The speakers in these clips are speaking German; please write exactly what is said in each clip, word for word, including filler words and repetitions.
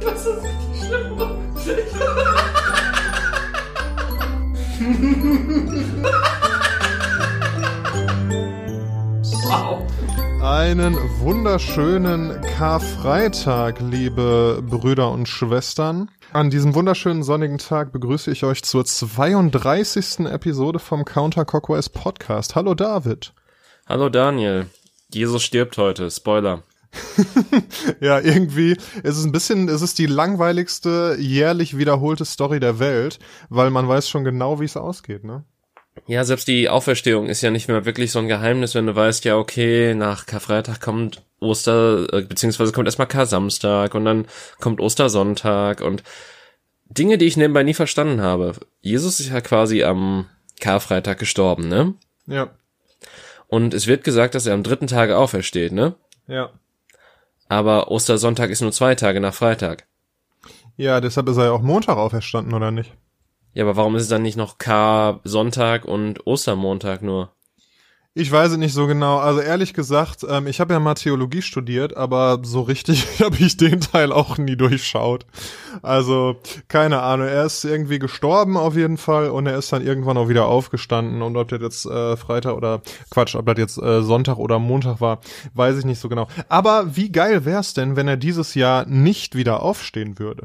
Das ist richtig schlimm. Wow. Einen wunderschönen Karfreitag, liebe Brüder und Schwestern. An diesem wunderschönen sonnigen Tag begrüße ich euch zur zweiunddreißigsten Episode vom Counterclockwise Podcast. Hallo David. Hallo Daniel. Jesus stirbt heute. Spoiler. Ja, irgendwie ist es ein bisschen, es ist die langweiligste jährlich wiederholte Story der Welt, weil man weiß schon genau, wie es ausgeht, ne? Ja, selbst die Auferstehung ist ja nicht mehr wirklich so ein Geheimnis, wenn du weißt, ja okay, nach Karfreitag kommt Oster, äh, beziehungsweise kommt erstmal Kar-Samstag und dann kommt Ostersonntag und Dinge, die ich nebenbei nie verstanden habe. Jesus ist ja quasi am Karfreitag gestorben, ne? Ja. Und es wird gesagt, dass er am dritten Tage aufersteht, ne? Ja. Aber Ostersonntag ist nur zwei Tage nach Freitag. Ja, deshalb ist er ja auch Montag auferstanden, oder nicht? Ja, aber warum ist es dann nicht noch Kar-Sonntag und Ostermontag nur? Ich weiß es nicht so genau. Also ehrlich gesagt, ähm, ich habe ja mal Theologie studiert, aber so richtig habe ich den Teil auch nie durchschaut. Also keine Ahnung. Er ist irgendwie gestorben auf jeden Fall und er ist dann irgendwann auch wieder aufgestanden. Und ob das jetzt äh, Freitag oder Quatsch, ob das jetzt äh, Sonntag oder Montag war, weiß ich nicht so genau. Aber wie geil wär's denn, wenn er dieses Jahr nicht wieder aufstehen würde?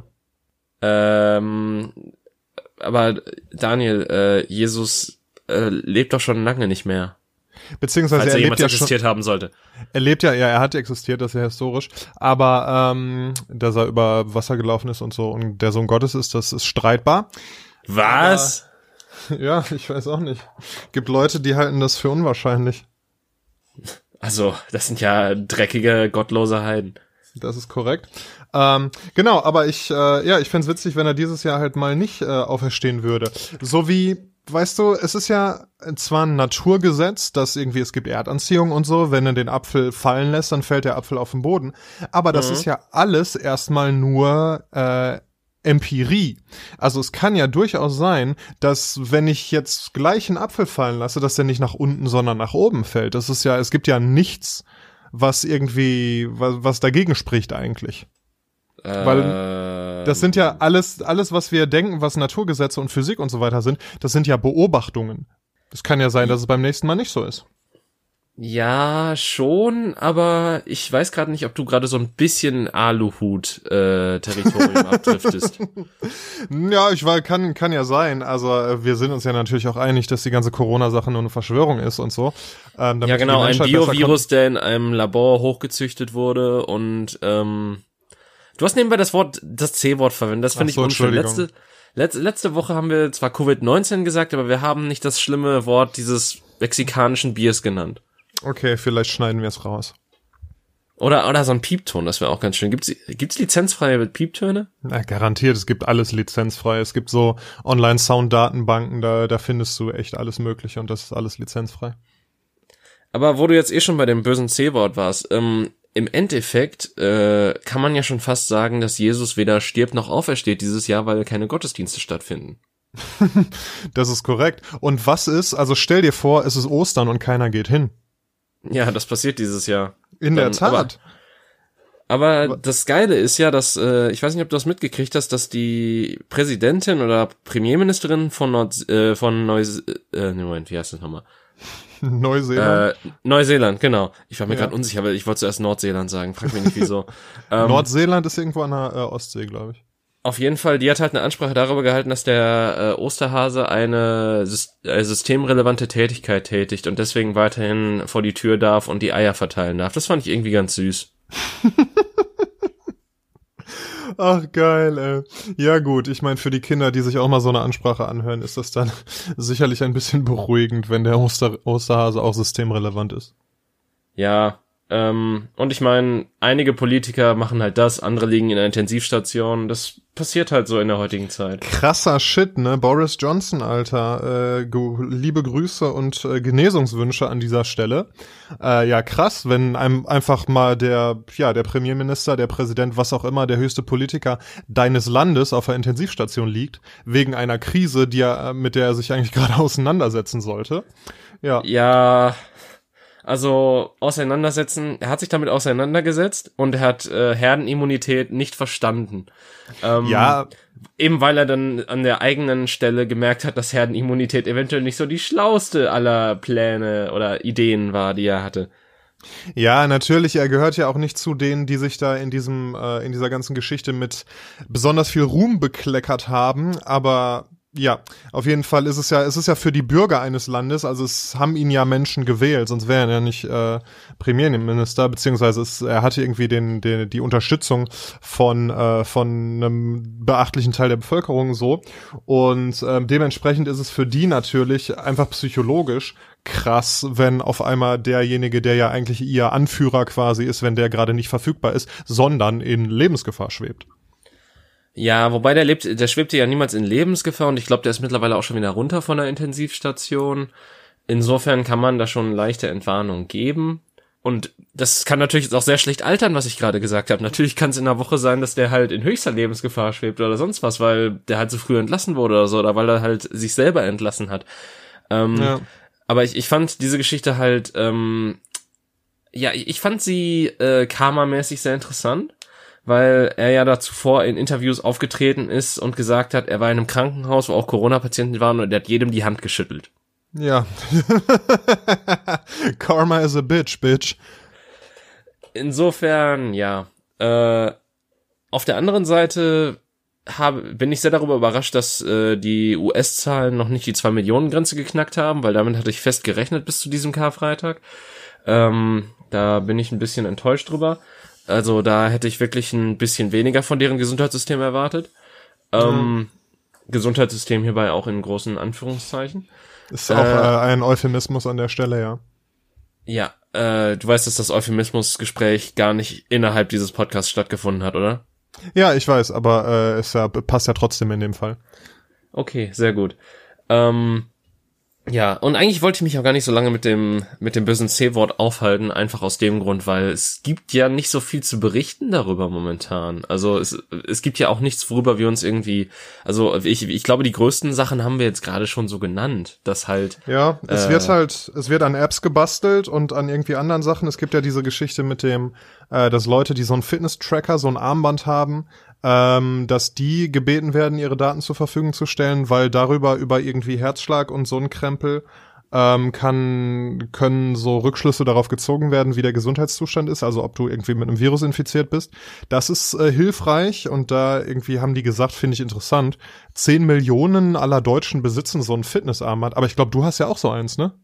Ähm, aber Daniel, äh, Jesus äh, lebt doch schon lange nicht mehr. Beziehungsweise Falls er, er lebt ja existiert schon, haben sollte. Er lebt ja, ja, er hat existiert, das ist ja historisch, aber ähm, dass er über Wasser gelaufen ist und so und der Sohn Gottes ist, das ist streitbar. Was? Aber, ja, ich weiß auch nicht. Gibt Leute, die halten das für unwahrscheinlich. Also, das sind ja dreckige, gottlose Heiden. Das ist korrekt. Ähm, genau, aber ich, äh, ja, ich fänd's witzig, wenn er dieses Jahr halt mal nicht äh, auferstehen würde. So wie, weißt du, es ist ja zwar ein Naturgesetz, dass irgendwie es gibt Erdanziehung und so, wenn er den Apfel fallen lässt, dann fällt der Apfel auf den Boden. Aber das Mhm. ist ja alles erstmal nur äh, Empirie. Also es kann ja durchaus sein, dass wenn ich jetzt gleich einen Apfel fallen lasse, dass der nicht nach unten, sondern nach oben fällt. Das ist ja, es gibt ja nichts, was irgendwie, was, was dagegen spricht eigentlich. Ähm, Weil das sind ja alles, alles, was wir denken, was Naturgesetze und Physik und so weiter sind, das sind ja Beobachtungen. Das kann ja sein, dass es beim nächsten Mal nicht so ist. Ja, schon, aber ich weiß gerade nicht, ob du gerade so ein bisschen Aluhut-Territorium abdriftest. Ja, ich weiß, kann, kann ja sein. Also äh, wir sind uns ja natürlich auch einig, dass die ganze Corona-Sache nur eine Verschwörung ist und so. Ähm, damit Ja, genau, die ein Menschheit besser Biovirus, der in einem Labor hochgezüchtet wurde und ähm, du hast nebenbei das Wort, das C-Wort verwendet, das finde ich Ach so, unschön. Entschuldigung. Letzte, letzte, letzte Woche haben wir zwar Covid neunzehn gesagt, aber wir haben nicht das schlimme Wort dieses mexikanischen Biers genannt. Okay, vielleicht schneiden wir es raus. Oder, oder so ein Piepton, das wäre auch ganz schön. Gibt's, gibt's lizenzfreie Pieptöne? Na, garantiert, es gibt alles lizenzfrei. Es gibt so Online-Sound-Datenbanken, da, da findest du echt alles Mögliche und das ist alles lizenzfrei. Aber wo du jetzt eh schon bei dem bösen C-Wort warst, ähm, im Endeffekt äh, kann man ja schon fast sagen, dass Jesus weder stirbt noch aufersteht dieses Jahr, weil keine Gottesdienste stattfinden. Das ist korrekt. Und was ist, also stell dir vor, es ist Ostern und keiner geht hin. Ja, das passiert dieses Jahr. In Dann, der Tat. Aber, aber das Geile ist ja, dass, äh, ich weiß nicht, ob du das mitgekriegt hast, dass die Präsidentin oder Premierministerin von Nord, äh, von Neus, äh, nee, Moment, wie heißt das nochmal? Neuseeland. Äh, Neuseeland, genau. Ich war mir Ja. gerade unsicher, weil ich wollte zuerst Nordseeland sagen. Frag mich nicht, wieso. ähm, Nordseeland ist irgendwo an der äh, Ostsee, glaube ich. Auf jeden Fall, die hat halt eine Ansprache darüber gehalten, dass der äh, Osterhase eine Sys- äh, systemrelevante Tätigkeit tätigt und deswegen weiterhin vor die Tür darf und die Eier verteilen darf. Das fand ich irgendwie ganz süß. Ach, geil, ey. Ja gut, ich meine, für die Kinder, die sich auch mal so eine Ansprache anhören, ist das dann sicherlich ein bisschen beruhigend, wenn der Oster- Osterhase auch systemrelevant ist. Ja, ähm, und ich meine, einige Politiker machen halt das, andere liegen in einer Intensivstation. Das passiert halt so in der heutigen Zeit. Krasser Shit, ne? Boris Johnson, Alter. Äh, ge- liebe Grüße und äh, Genesungswünsche an dieser Stelle. Äh, ja, krass, wenn einem einfach mal der, ja, der Premierminister, der Präsident, was auch immer, der höchste Politiker deines Landes auf der Intensivstation liegt, wegen einer Krise, die er, mit der er sich eigentlich gerade auseinandersetzen sollte. Ja. Ja, Also auseinandersetzen, er hat sich damit auseinandergesetzt und er hat äh, Herdenimmunität nicht verstanden. Ähm, Ja. Eben weil er dann an der eigenen Stelle gemerkt hat, dass Herdenimmunität eventuell nicht so die schlauste aller Pläne oder Ideen war, die er hatte. Ja, natürlich, er gehört ja auch nicht zu denen, die sich da in diesem, äh, in dieser ganzen Geschichte mit besonders viel Ruhm bekleckert haben, aber ja, auf jeden Fall ist es ja, es ist ja für die Bürger eines Landes, also es haben ihn ja Menschen gewählt, sonst wäre er ja nicht äh, Premierminister, beziehungsweise es, er hatte irgendwie den, den, die Unterstützung von äh, von einem beachtlichen Teil der Bevölkerung so und äh, dementsprechend ist es für die natürlich einfach psychologisch krass, wenn auf einmal derjenige, der ja eigentlich ihr Anführer quasi ist, wenn der gerade nicht verfügbar ist, sondern in Lebensgefahr schwebt. Ja, wobei der lebt, der schwebte ja niemals in Lebensgefahr und ich glaube, der ist mittlerweile auch schon wieder runter von der Intensivstation. Insofern kann man da schon leichte Entwarnung geben. Und das kann natürlich jetzt auch sehr schlecht altern, was ich gerade gesagt habe. Natürlich kann es in einer Woche sein, dass der halt in höchster Lebensgefahr schwebt oder sonst was, weil der halt so früh entlassen wurde oder so, oder weil er halt sich selber entlassen hat. Ähm, ja. Aber ich, ich fand diese Geschichte halt, ähm, ja, ich fand sie äh, karmamäßig sehr interessant, weil er ja da zuvor in Interviews aufgetreten ist und gesagt hat, er war in einem Krankenhaus, wo auch Corona-Patienten waren und er hat jedem die Hand geschüttelt. Ja. Karma is a bitch, bitch. Insofern, ja. Äh, auf der anderen Seite habe, bin ich sehr darüber überrascht, dass äh, die U S-Zahlen noch nicht die zwei Millionen Grenze geknackt haben, weil damit hatte ich fest gerechnet bis zu diesem Karfreitag. Ähm, da bin ich ein bisschen enttäuscht drüber. Also da hätte ich wirklich ein bisschen weniger von deren Gesundheitssystem erwartet. Ähm, mhm. Gesundheitssystem hierbei auch in großen Anführungszeichen. Ist auch äh, ein Euphemismus an der Stelle, ja. Ja, äh, du weißt, dass das Euphemismusgespräch gar nicht innerhalb dieses Podcasts stattgefunden hat, oder? Ja, ich weiß, aber äh, es ja, passt ja trotzdem in dem Fall. Okay, sehr gut. Ähm, ja, und eigentlich wollte ich mich auch gar nicht so lange mit dem mit dem bösen C-Wort aufhalten, einfach aus dem Grund, weil es gibt ja nicht so viel zu berichten darüber momentan. Also es es gibt ja auch nichts, worüber wir uns irgendwie, also ich ich glaube, die größten Sachen haben wir jetzt gerade schon so genannt, dass halt ja, es äh, wird halt, es wird an Apps gebastelt und an irgendwie anderen Sachen. Es gibt ja diese Geschichte mit dem, äh, dass Leute, die so einen Fitness-Tracker, so ein Armband haben, ähm, dass die gebeten werden, ihre Daten zur Verfügung zu stellen, weil darüber über irgendwie Herzschlag und so ein Krempel ähm, kann können so Rückschlüsse darauf gezogen werden, wie der Gesundheitszustand ist, also ob du irgendwie mit einem Virus infiziert bist. Das ist äh, hilfreich und da irgendwie haben die gesagt, finde ich interessant, zehn Millionen aller Deutschen besitzen so ein Fitnessarmband, aber ich glaube, du hast ja auch so eins, ne?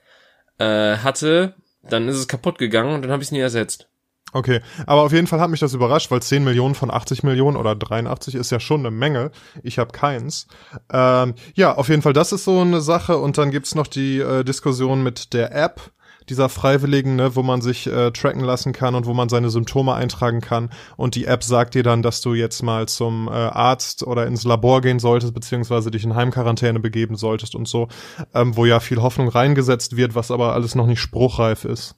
Äh, hatte, dann ist es kaputt gegangen und dann habe ich es nie ersetzt. Okay, aber auf jeden Fall hat mich das überrascht, weil zehn Millionen von achtzig Millionen oder dreiundachtzig ist ja schon eine Menge. Ich habe keins. Ähm, ja, auf jeden Fall, das ist so eine Sache. Und dann gibt's noch die äh, Diskussion mit der App, dieser Freiwilligen, ne, wo man sich äh, tracken lassen kann und wo man seine Symptome eintragen kann. Und die App sagt dir dann, dass du jetzt mal zum äh, Arzt oder ins Labor gehen solltest, beziehungsweise dich in Heimquarantäne begeben solltest und so, ähm, wo ja viel Hoffnung reingesetzt wird, was aber alles noch nicht spruchreif ist.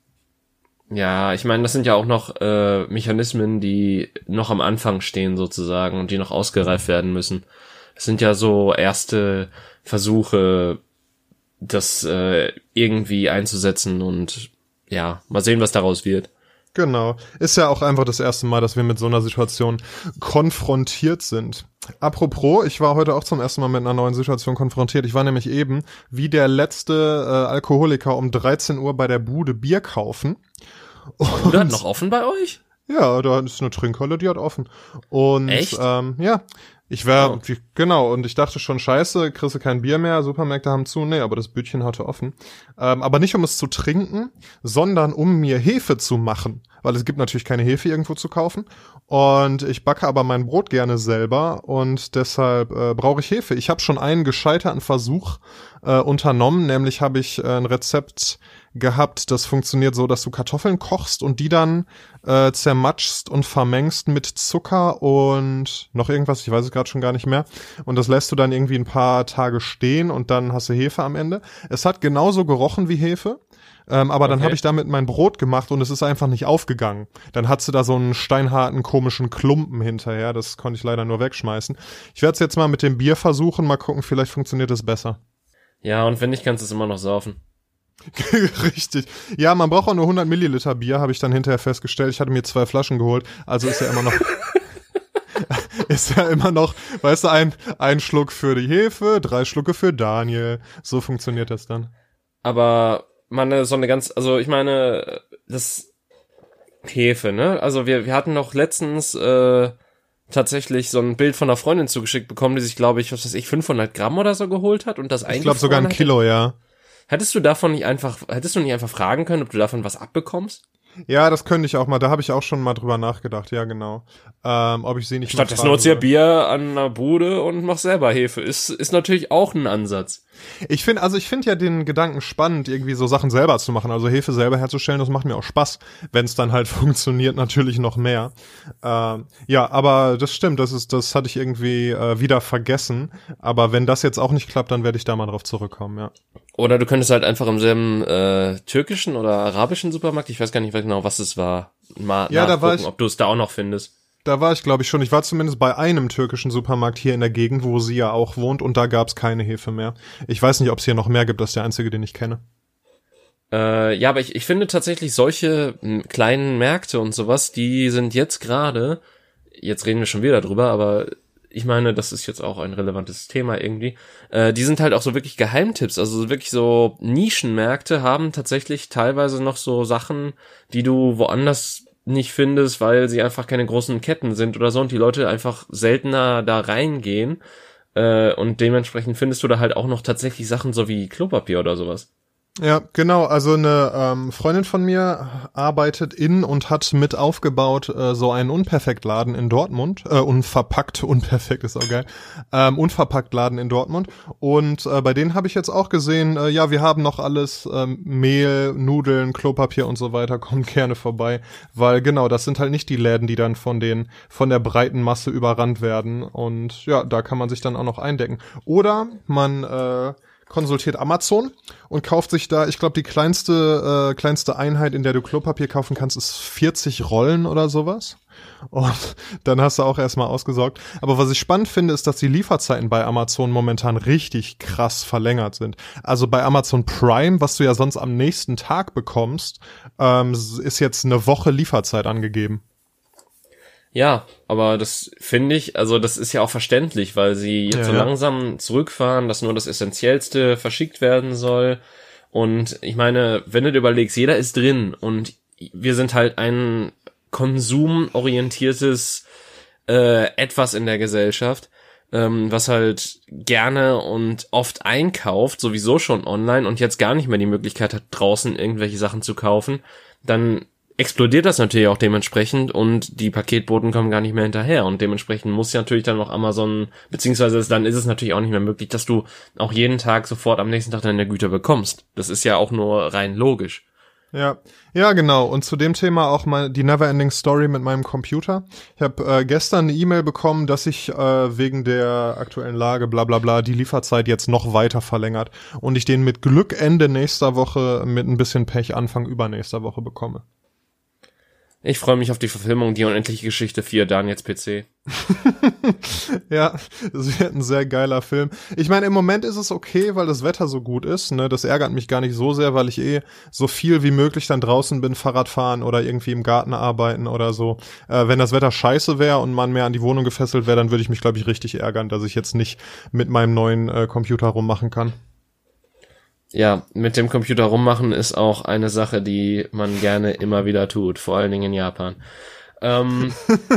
Ja, ich meine, das sind ja auch noch äh, Mechanismen, die noch am Anfang stehen sozusagen und die noch ausgereift werden müssen. Es sind ja so erste Versuche, das äh, irgendwie einzusetzen und ja, mal sehen, was daraus wird. Genau. Ist ja auch einfach das erste Mal, dass wir mit so einer Situation konfrontiert sind. Apropos, ich war heute auch zum ersten Mal mit einer neuen Situation konfrontiert. Ich war nämlich eben wie der letzte äh, Alkoholiker um dreizehn Uhr bei der Bude Bier kaufen. Und hat noch offen bei euch? Ja, da ist eine Trinkhalle, die hat offen. Und echt? Ähm, ja, ich war, oh. genau, und ich dachte schon, scheiße, kriegst du kein Bier mehr, Supermärkte haben zu, nee, aber das Bütchen hatte offen. Ähm, aber nicht um es zu trinken, sondern um mir Hefe zu machen, weil es gibt natürlich keine Hefe irgendwo zu kaufen. Und ich backe aber mein Brot gerne selber und deshalb äh, brauche ich Hefe. Ich habe schon einen gescheiterten Versuch äh, unternommen, nämlich habe ich äh, ein Rezept gehabt, das funktioniert so, dass du Kartoffeln kochst und die dann äh, zermatschst und vermengst mit Zucker und noch irgendwas, ich weiß es gerade schon gar nicht mehr. Und das lässt du dann irgendwie ein paar Tage stehen und dann hast du Hefe am Ende. Es hat genauso gerochen wie Hefe. Ähm, aber dann okay. habe ich damit mein Brot gemacht und es ist einfach nicht aufgegangen. Dann hattest du da so einen steinharten, komischen Klumpen hinterher. Das konnte ich leider nur wegschmeißen. Ich werde es jetzt mal mit dem Bier versuchen. Mal gucken, vielleicht funktioniert es besser. Ja, und wenn nicht, kannst du es immer noch saufen. Richtig. Ja, man braucht auch nur hundert Milliliter Bier, habe ich dann hinterher festgestellt. Ich hatte mir zwei Flaschen geholt, also ist ja immer noch ist ja immer noch, weißt du, ein, ein Schluck für die Hefe, drei Schlucke für Daniel. So funktioniert das dann. Aber man, so eine ganz, also ich meine, das Hefe, ne? Also wir, wir hatten noch letztens äh, tatsächlich so ein Bild von einer Freundin zugeschickt bekommen, die sich, glaube ich, was weiß ich, fünfhundert Gramm oder so geholt hat und das eigentlich. Ich glaube sogar ein Kilo, ja. Hättest du davon nicht einfach, hättest du nicht einfach fragen können, ob du davon was abbekommst? Ja, das könnte ich auch mal, da habe ich auch schon mal drüber nachgedacht, ja genau. Ähm, ob ich sie nicht Stattdessen nutzt ihr Bier an einer Bude und mach selber Hefe. Ist, ist natürlich auch ein Ansatz. Ich finde, also ich finde ja den Gedanken spannend, irgendwie so Sachen selber zu machen, also Hefe selber herzustellen, das macht mir auch Spaß, wenn es dann halt funktioniert, natürlich noch mehr. Ähm, ja, aber das stimmt, das ist, das hatte ich irgendwie äh, wieder vergessen, aber wenn das jetzt auch nicht klappt, dann werde ich da mal drauf zurückkommen, ja. Oder du könntest halt einfach im selben äh, türkischen oder arabischen Supermarkt, ich weiß gar nicht genau, was es war, mal ja, nachgucken, da war ich, ob du es da auch noch findest. Da war ich, glaube ich, schon. Ich war zumindest bei einem türkischen Supermarkt hier in der Gegend, wo sie ja auch wohnt, und da gab's keine Hefe mehr. Ich weiß nicht, ob es hier noch mehr gibt, das ist der einzige, den ich kenne. Äh, ja, aber ich, ich finde tatsächlich solche m, kleinen Märkte und sowas, die sind jetzt gerade, jetzt reden wir schon wieder drüber, aber ich meine, das ist jetzt auch ein relevantes Thema irgendwie, äh, die sind halt auch so wirklich Geheimtipps, also wirklich so Nischenmärkte haben tatsächlich teilweise noch so Sachen, die du woanders nicht findest, weil sie einfach keine großen Ketten sind oder so und die Leute einfach seltener da reingehen äh, und dementsprechend findest du da halt auch noch tatsächlich Sachen so wie Klopapier oder sowas. Ja, genau. Also eine ähm, Freundin von mir arbeitet in und hat mit aufgebaut äh, so einen Unperfektladen in Dortmund. Äh, unverpackt, unperfekt ist auch geil. Ähm, Unverpacktladen in Dortmund. Und äh, bei denen habe ich jetzt auch gesehen, äh, ja, wir haben noch alles, ähm, Mehl, Nudeln, Klopapier und so weiter. Kommt gerne vorbei. Weil genau, das sind halt nicht die Läden, die dann von den von der breiten Masse überrannt werden. Und ja, da kann man sich dann auch noch eindecken. Oder man äh, konsultiert Amazon und kauft sich da, ich glaube, die kleinste äh, kleinste Einheit, in der du Klopapier kaufen kannst, ist vierzig Rollen oder sowas. Und dann hast du auch erstmal ausgesorgt. Aber was ich spannend finde, ist, dass die Lieferzeiten bei Amazon momentan richtig krass verlängert sind. Also bei Amazon Prime, was du ja sonst am nächsten Tag bekommst, ähm, ist jetzt eine Woche Lieferzeit angegeben. Ja, aber das finde ich, also das ist ja auch verständlich, weil sie jetzt ja, so ja. langsam zurückfahren, dass nur das Essentiellste verschickt werden soll. Und ich meine, wenn du dir überlegst, jeder ist drin und wir sind halt ein konsumorientiertes äh, Etwas in der Gesellschaft, ähm, was halt gerne und oft einkauft, sowieso schon online und jetzt gar nicht mehr die Möglichkeit hat, draußen irgendwelche Sachen zu kaufen, dann explodiert das natürlich auch dementsprechend und die Paketboten kommen gar nicht mehr hinterher und dementsprechend muss ja natürlich dann noch Amazon, beziehungsweise dann ist es natürlich auch nicht mehr möglich, dass du auch jeden Tag sofort am nächsten Tag deine Güter bekommst. Das ist ja auch nur rein logisch. Ja, ja genau. Und zu dem Thema auch mal die Neverending Story mit meinem Computer. Ich habe äh, gestern eine E-Mail bekommen, dass ich äh, wegen der aktuellen Lage bla bla bla die Lieferzeit jetzt noch weiter verlängert und ich den mit Glück Ende nächster Woche mit ein bisschen Pech Anfang übernächster Woche bekomme. Ich freue mich auf die Verfilmung Die unendliche Geschichte vier, Daniels P C. Ja, das wird ein sehr geiler Film. Ich meine, im Moment ist es okay, weil das Wetter so gut ist. Ne? Das ärgert mich gar nicht so sehr, weil ich eh so viel wie möglich dann draußen bin, Fahrrad fahren oder irgendwie im Garten arbeiten oder so. Äh, wenn das Wetter scheiße wäre und man mehr an die Wohnung gefesselt wäre, dann würde ich mich, glaube ich, richtig ärgern, dass ich jetzt nicht mit meinem neuen äh, Computer rummachen kann. Ja, mit dem Computer rummachen ist auch eine Sache, die man gerne immer wieder tut, vor allen Dingen in Japan. Ähm,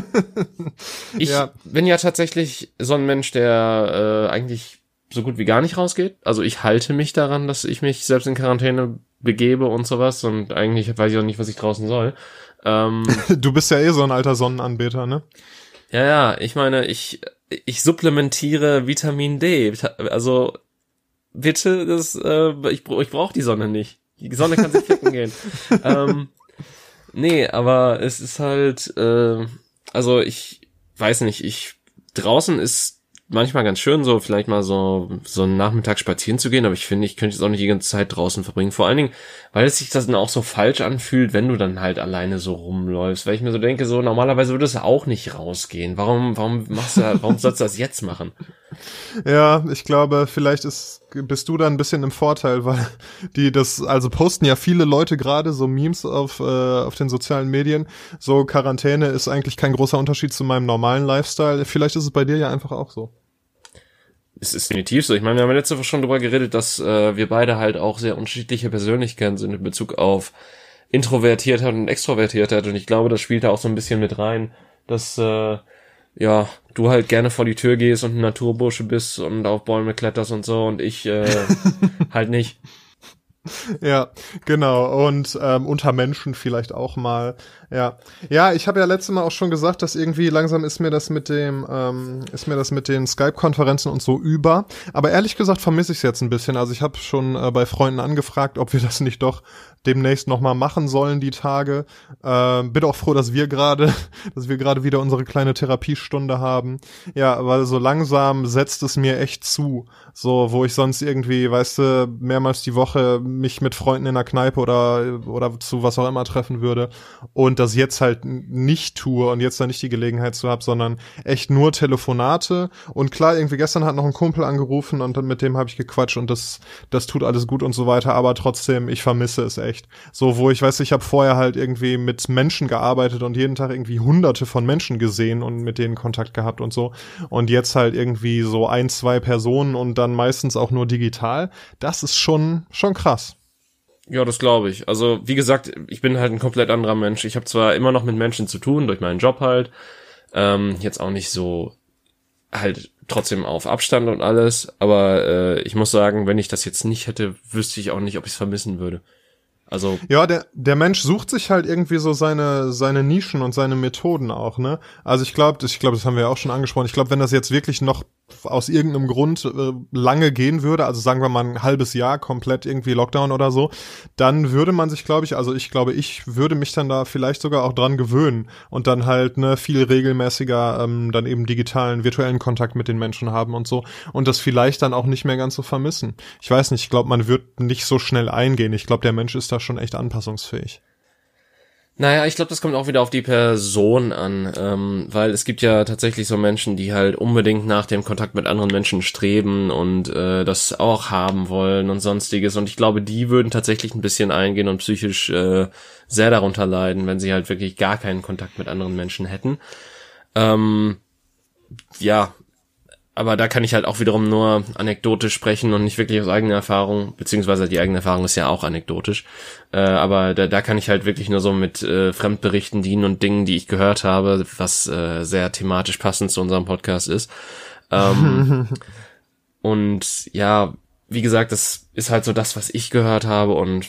ich ja. bin ja tatsächlich so ein Mensch, der äh, eigentlich so gut wie gar nicht rausgeht. Also ich halte mich daran, dass ich mich selbst in Quarantäne begebe und sowas und eigentlich weiß ich auch nicht, was ich draußen soll. Ähm, du bist ja eh so ein alter Sonnenanbeter, ne? Ja, ja, ich meine, ich ich supplementiere Vitamin D, also bitte, das, äh, ich, ich brauche die Sonne nicht. Die Sonne kann sich ficken gehen. Ähm, nee, aber es ist halt, äh, also ich weiß nicht, ich, draußen ist manchmal ganz schön, so vielleicht mal so, so einen Nachmittag spazieren zu gehen, aber ich finde, ich könnte jetzt auch nicht die ganze Zeit draußen verbringen. Vor allen Dingen, weil es sich das dann auch so falsch anfühlt, wenn du dann halt alleine so rumläufst, weil ich mir so denke, so normalerweise würdest du auch nicht rausgehen. Warum, warum machst du, warum sollst du das jetzt machen? Ja, ich glaube, vielleicht ist, bist du da ein bisschen im Vorteil, weil die das, also posten ja viele Leute gerade so Memes auf, äh, auf den sozialen Medien. So Quarantäne ist eigentlich kein großer Unterschied zu meinem normalen Lifestyle. Vielleicht ist es bei dir ja einfach auch so. Es ist definitiv so. Ich meine, wir haben ja letzte Woche schon darüber geredet, dass äh, wir beide halt auch sehr unterschiedliche Persönlichkeiten sind in Bezug auf Introvertiertheit und Extrovertiertheit. Und ich glaube, das spielt da auch so ein bisschen mit rein, dass äh, ja du halt gerne vor die Tür gehst und ein Naturbursche bist und auf Bäume kletterst und so und ich äh, halt nicht. Ja, genau. Und ähm, unter Menschen vielleicht auch mal. Ja, ja. Ich habe ja letztes Mal auch schon gesagt, dass irgendwie langsam ist mir das mit dem, ähm, ist mir das mit den Skype-Konferenzen und so über. Aber ehrlich gesagt vermisse ich es jetzt ein bisschen. Also ich habe schon äh, bei Freunden angefragt, ob wir das nicht doch demnächst nochmal machen sollen, die Tage. Äh, bin auch froh, dass wir gerade, dass wir gerade wieder unsere kleine Therapiestunde haben. Ja, weil so langsam setzt es mir echt zu. So, wo ich sonst irgendwie, weißt du, mehrmals die Woche mich mit Freunden in der Kneipe oder oder zu was auch immer treffen würde und das jetzt halt nicht tue und jetzt da nicht die Gelegenheit zu habe, sondern echt nur Telefonate. Und klar, irgendwie gestern hat noch ein Kumpel angerufen und dann mit dem habe ich gequatscht und das das tut alles gut und so weiter, aber trotzdem, ich vermisse es echt. So, wo ich weiß, ich habe vorher halt irgendwie mit Menschen gearbeitet und jeden Tag irgendwie hunderte von Menschen gesehen und mit denen Kontakt gehabt und so. Und jetzt halt irgendwie so ein, zwei Personen und dann meistens auch nur digital. Das ist schon schon krass. Ja, das glaube ich. Also, wie gesagt, ich bin halt ein komplett anderer Mensch. Ich habe zwar immer noch mit Menschen zu tun, durch meinen Job halt, ähm, jetzt auch nicht so halt trotzdem auf Abstand und alles, aber äh, ich muss sagen, wenn ich das jetzt nicht hätte, wüsste ich auch nicht, ob ich es vermissen würde. Also ja, der der Mensch sucht sich halt irgendwie so seine seine Nischen und seine Methoden auch, ne? Also ich glaube, ich glaube, das haben wir ja auch schon angesprochen. Ich glaube, wenn das jetzt wirklich noch aus irgendeinem Grund äh, lange gehen würde, also sagen wir mal ein halbes Jahr komplett irgendwie Lockdown oder so, dann würde man sich, glaube ich, also ich glaube, ich würde mich dann da vielleicht sogar auch dran gewöhnen und dann halt ne viel regelmäßiger ähm, dann eben digitalen, virtuellen Kontakt mit den Menschen haben und so und das vielleicht dann auch nicht mehr ganz so vermissen. Ich weiß nicht, ich glaube, man wird nicht so schnell eingehen. Ich glaube, der Mensch ist da schon echt anpassungsfähig. Naja, ich glaube, das kommt auch wieder auf die Person an, ähm, weil es gibt ja tatsächlich so Menschen, die halt unbedingt nach dem Kontakt mit anderen Menschen streben und äh, das auch haben wollen und sonstiges und ich glaube, die würden tatsächlich ein bisschen eingehen und psychisch äh, sehr darunter leiden, wenn sie halt wirklich gar keinen Kontakt mit anderen Menschen hätten. Ähm, ja, aber da kann ich halt auch wiederum nur anekdotisch sprechen und nicht wirklich aus eigener Erfahrung, beziehungsweise die eigene Erfahrung ist ja auch anekdotisch. Äh, aber da, da kann ich halt wirklich nur so mit äh, Fremdberichten dienen und Dingen, die ich gehört habe, was äh, sehr thematisch passend zu unserem Podcast ist. Ähm, und ja, wie gesagt, das ist halt so das, was ich gehört habe und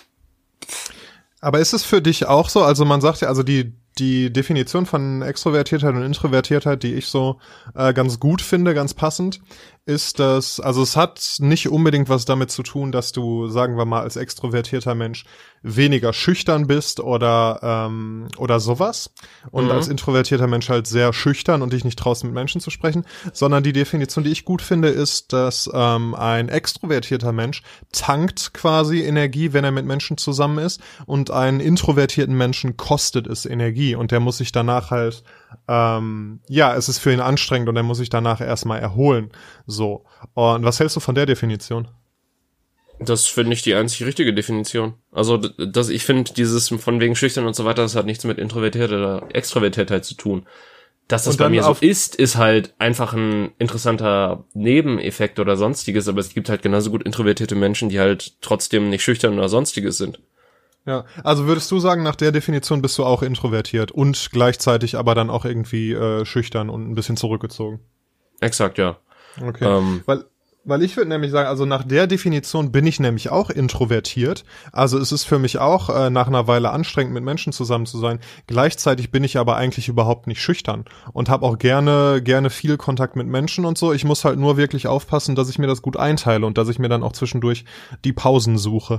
aber ist es für dich auch so, also man sagt ja, also die die Definition von Extrovertiertheit und Introvertiertheit, die ich so äh, ganz gut finde, ganz passend, ist das, also es hat nicht unbedingt was damit zu tun, dass du, sagen wir mal, als extrovertierter Mensch weniger schüchtern bist oder ähm, oder sowas und mhm. als introvertierter Mensch halt sehr schüchtern und dich nicht traust, mit Menschen zu sprechen, sondern die Definition, die ich gut finde, ist, dass ähm, ein extrovertierter Mensch tankt quasi Energie, wenn er mit Menschen zusammen ist und einen introvertierten Menschen kostet es Energie und der muss sich danach halt, ähm, ja, es ist für ihn anstrengend und er muss sich danach erstmal erholen. So. Und was hältst du von der Definition? Das finde ich die einzig richtige Definition. Also, das, ich finde dieses von wegen schüchtern und so weiter, das hat nichts mit Introvertiertheit oder Extrovertiertheit zu tun. Dass das bei mir so ist, ist halt einfach ein interessanter Nebeneffekt oder sonstiges, aber es gibt halt genauso gut introvertierte Menschen, die halt trotzdem nicht schüchtern oder sonstiges sind. Ja, also würdest du sagen, nach der Definition bist du auch introvertiert und gleichzeitig aber dann auch irgendwie äh, schüchtern und ein bisschen zurückgezogen? Exakt, ja. Okay, ähm, weil weil ich würde nämlich sagen, also nach der Definition bin ich nämlich auch introvertiert. Also es ist für mich auch äh, nach einer Weile anstrengend, mit Menschen zusammen zu sein. Gleichzeitig bin ich aber eigentlich überhaupt nicht schüchtern und habe auch gerne gerne viel Kontakt mit Menschen und so. Ich muss halt nur wirklich aufpassen, dass ich mir das gut einteile und dass ich mir dann auch zwischendurch die Pausen suche.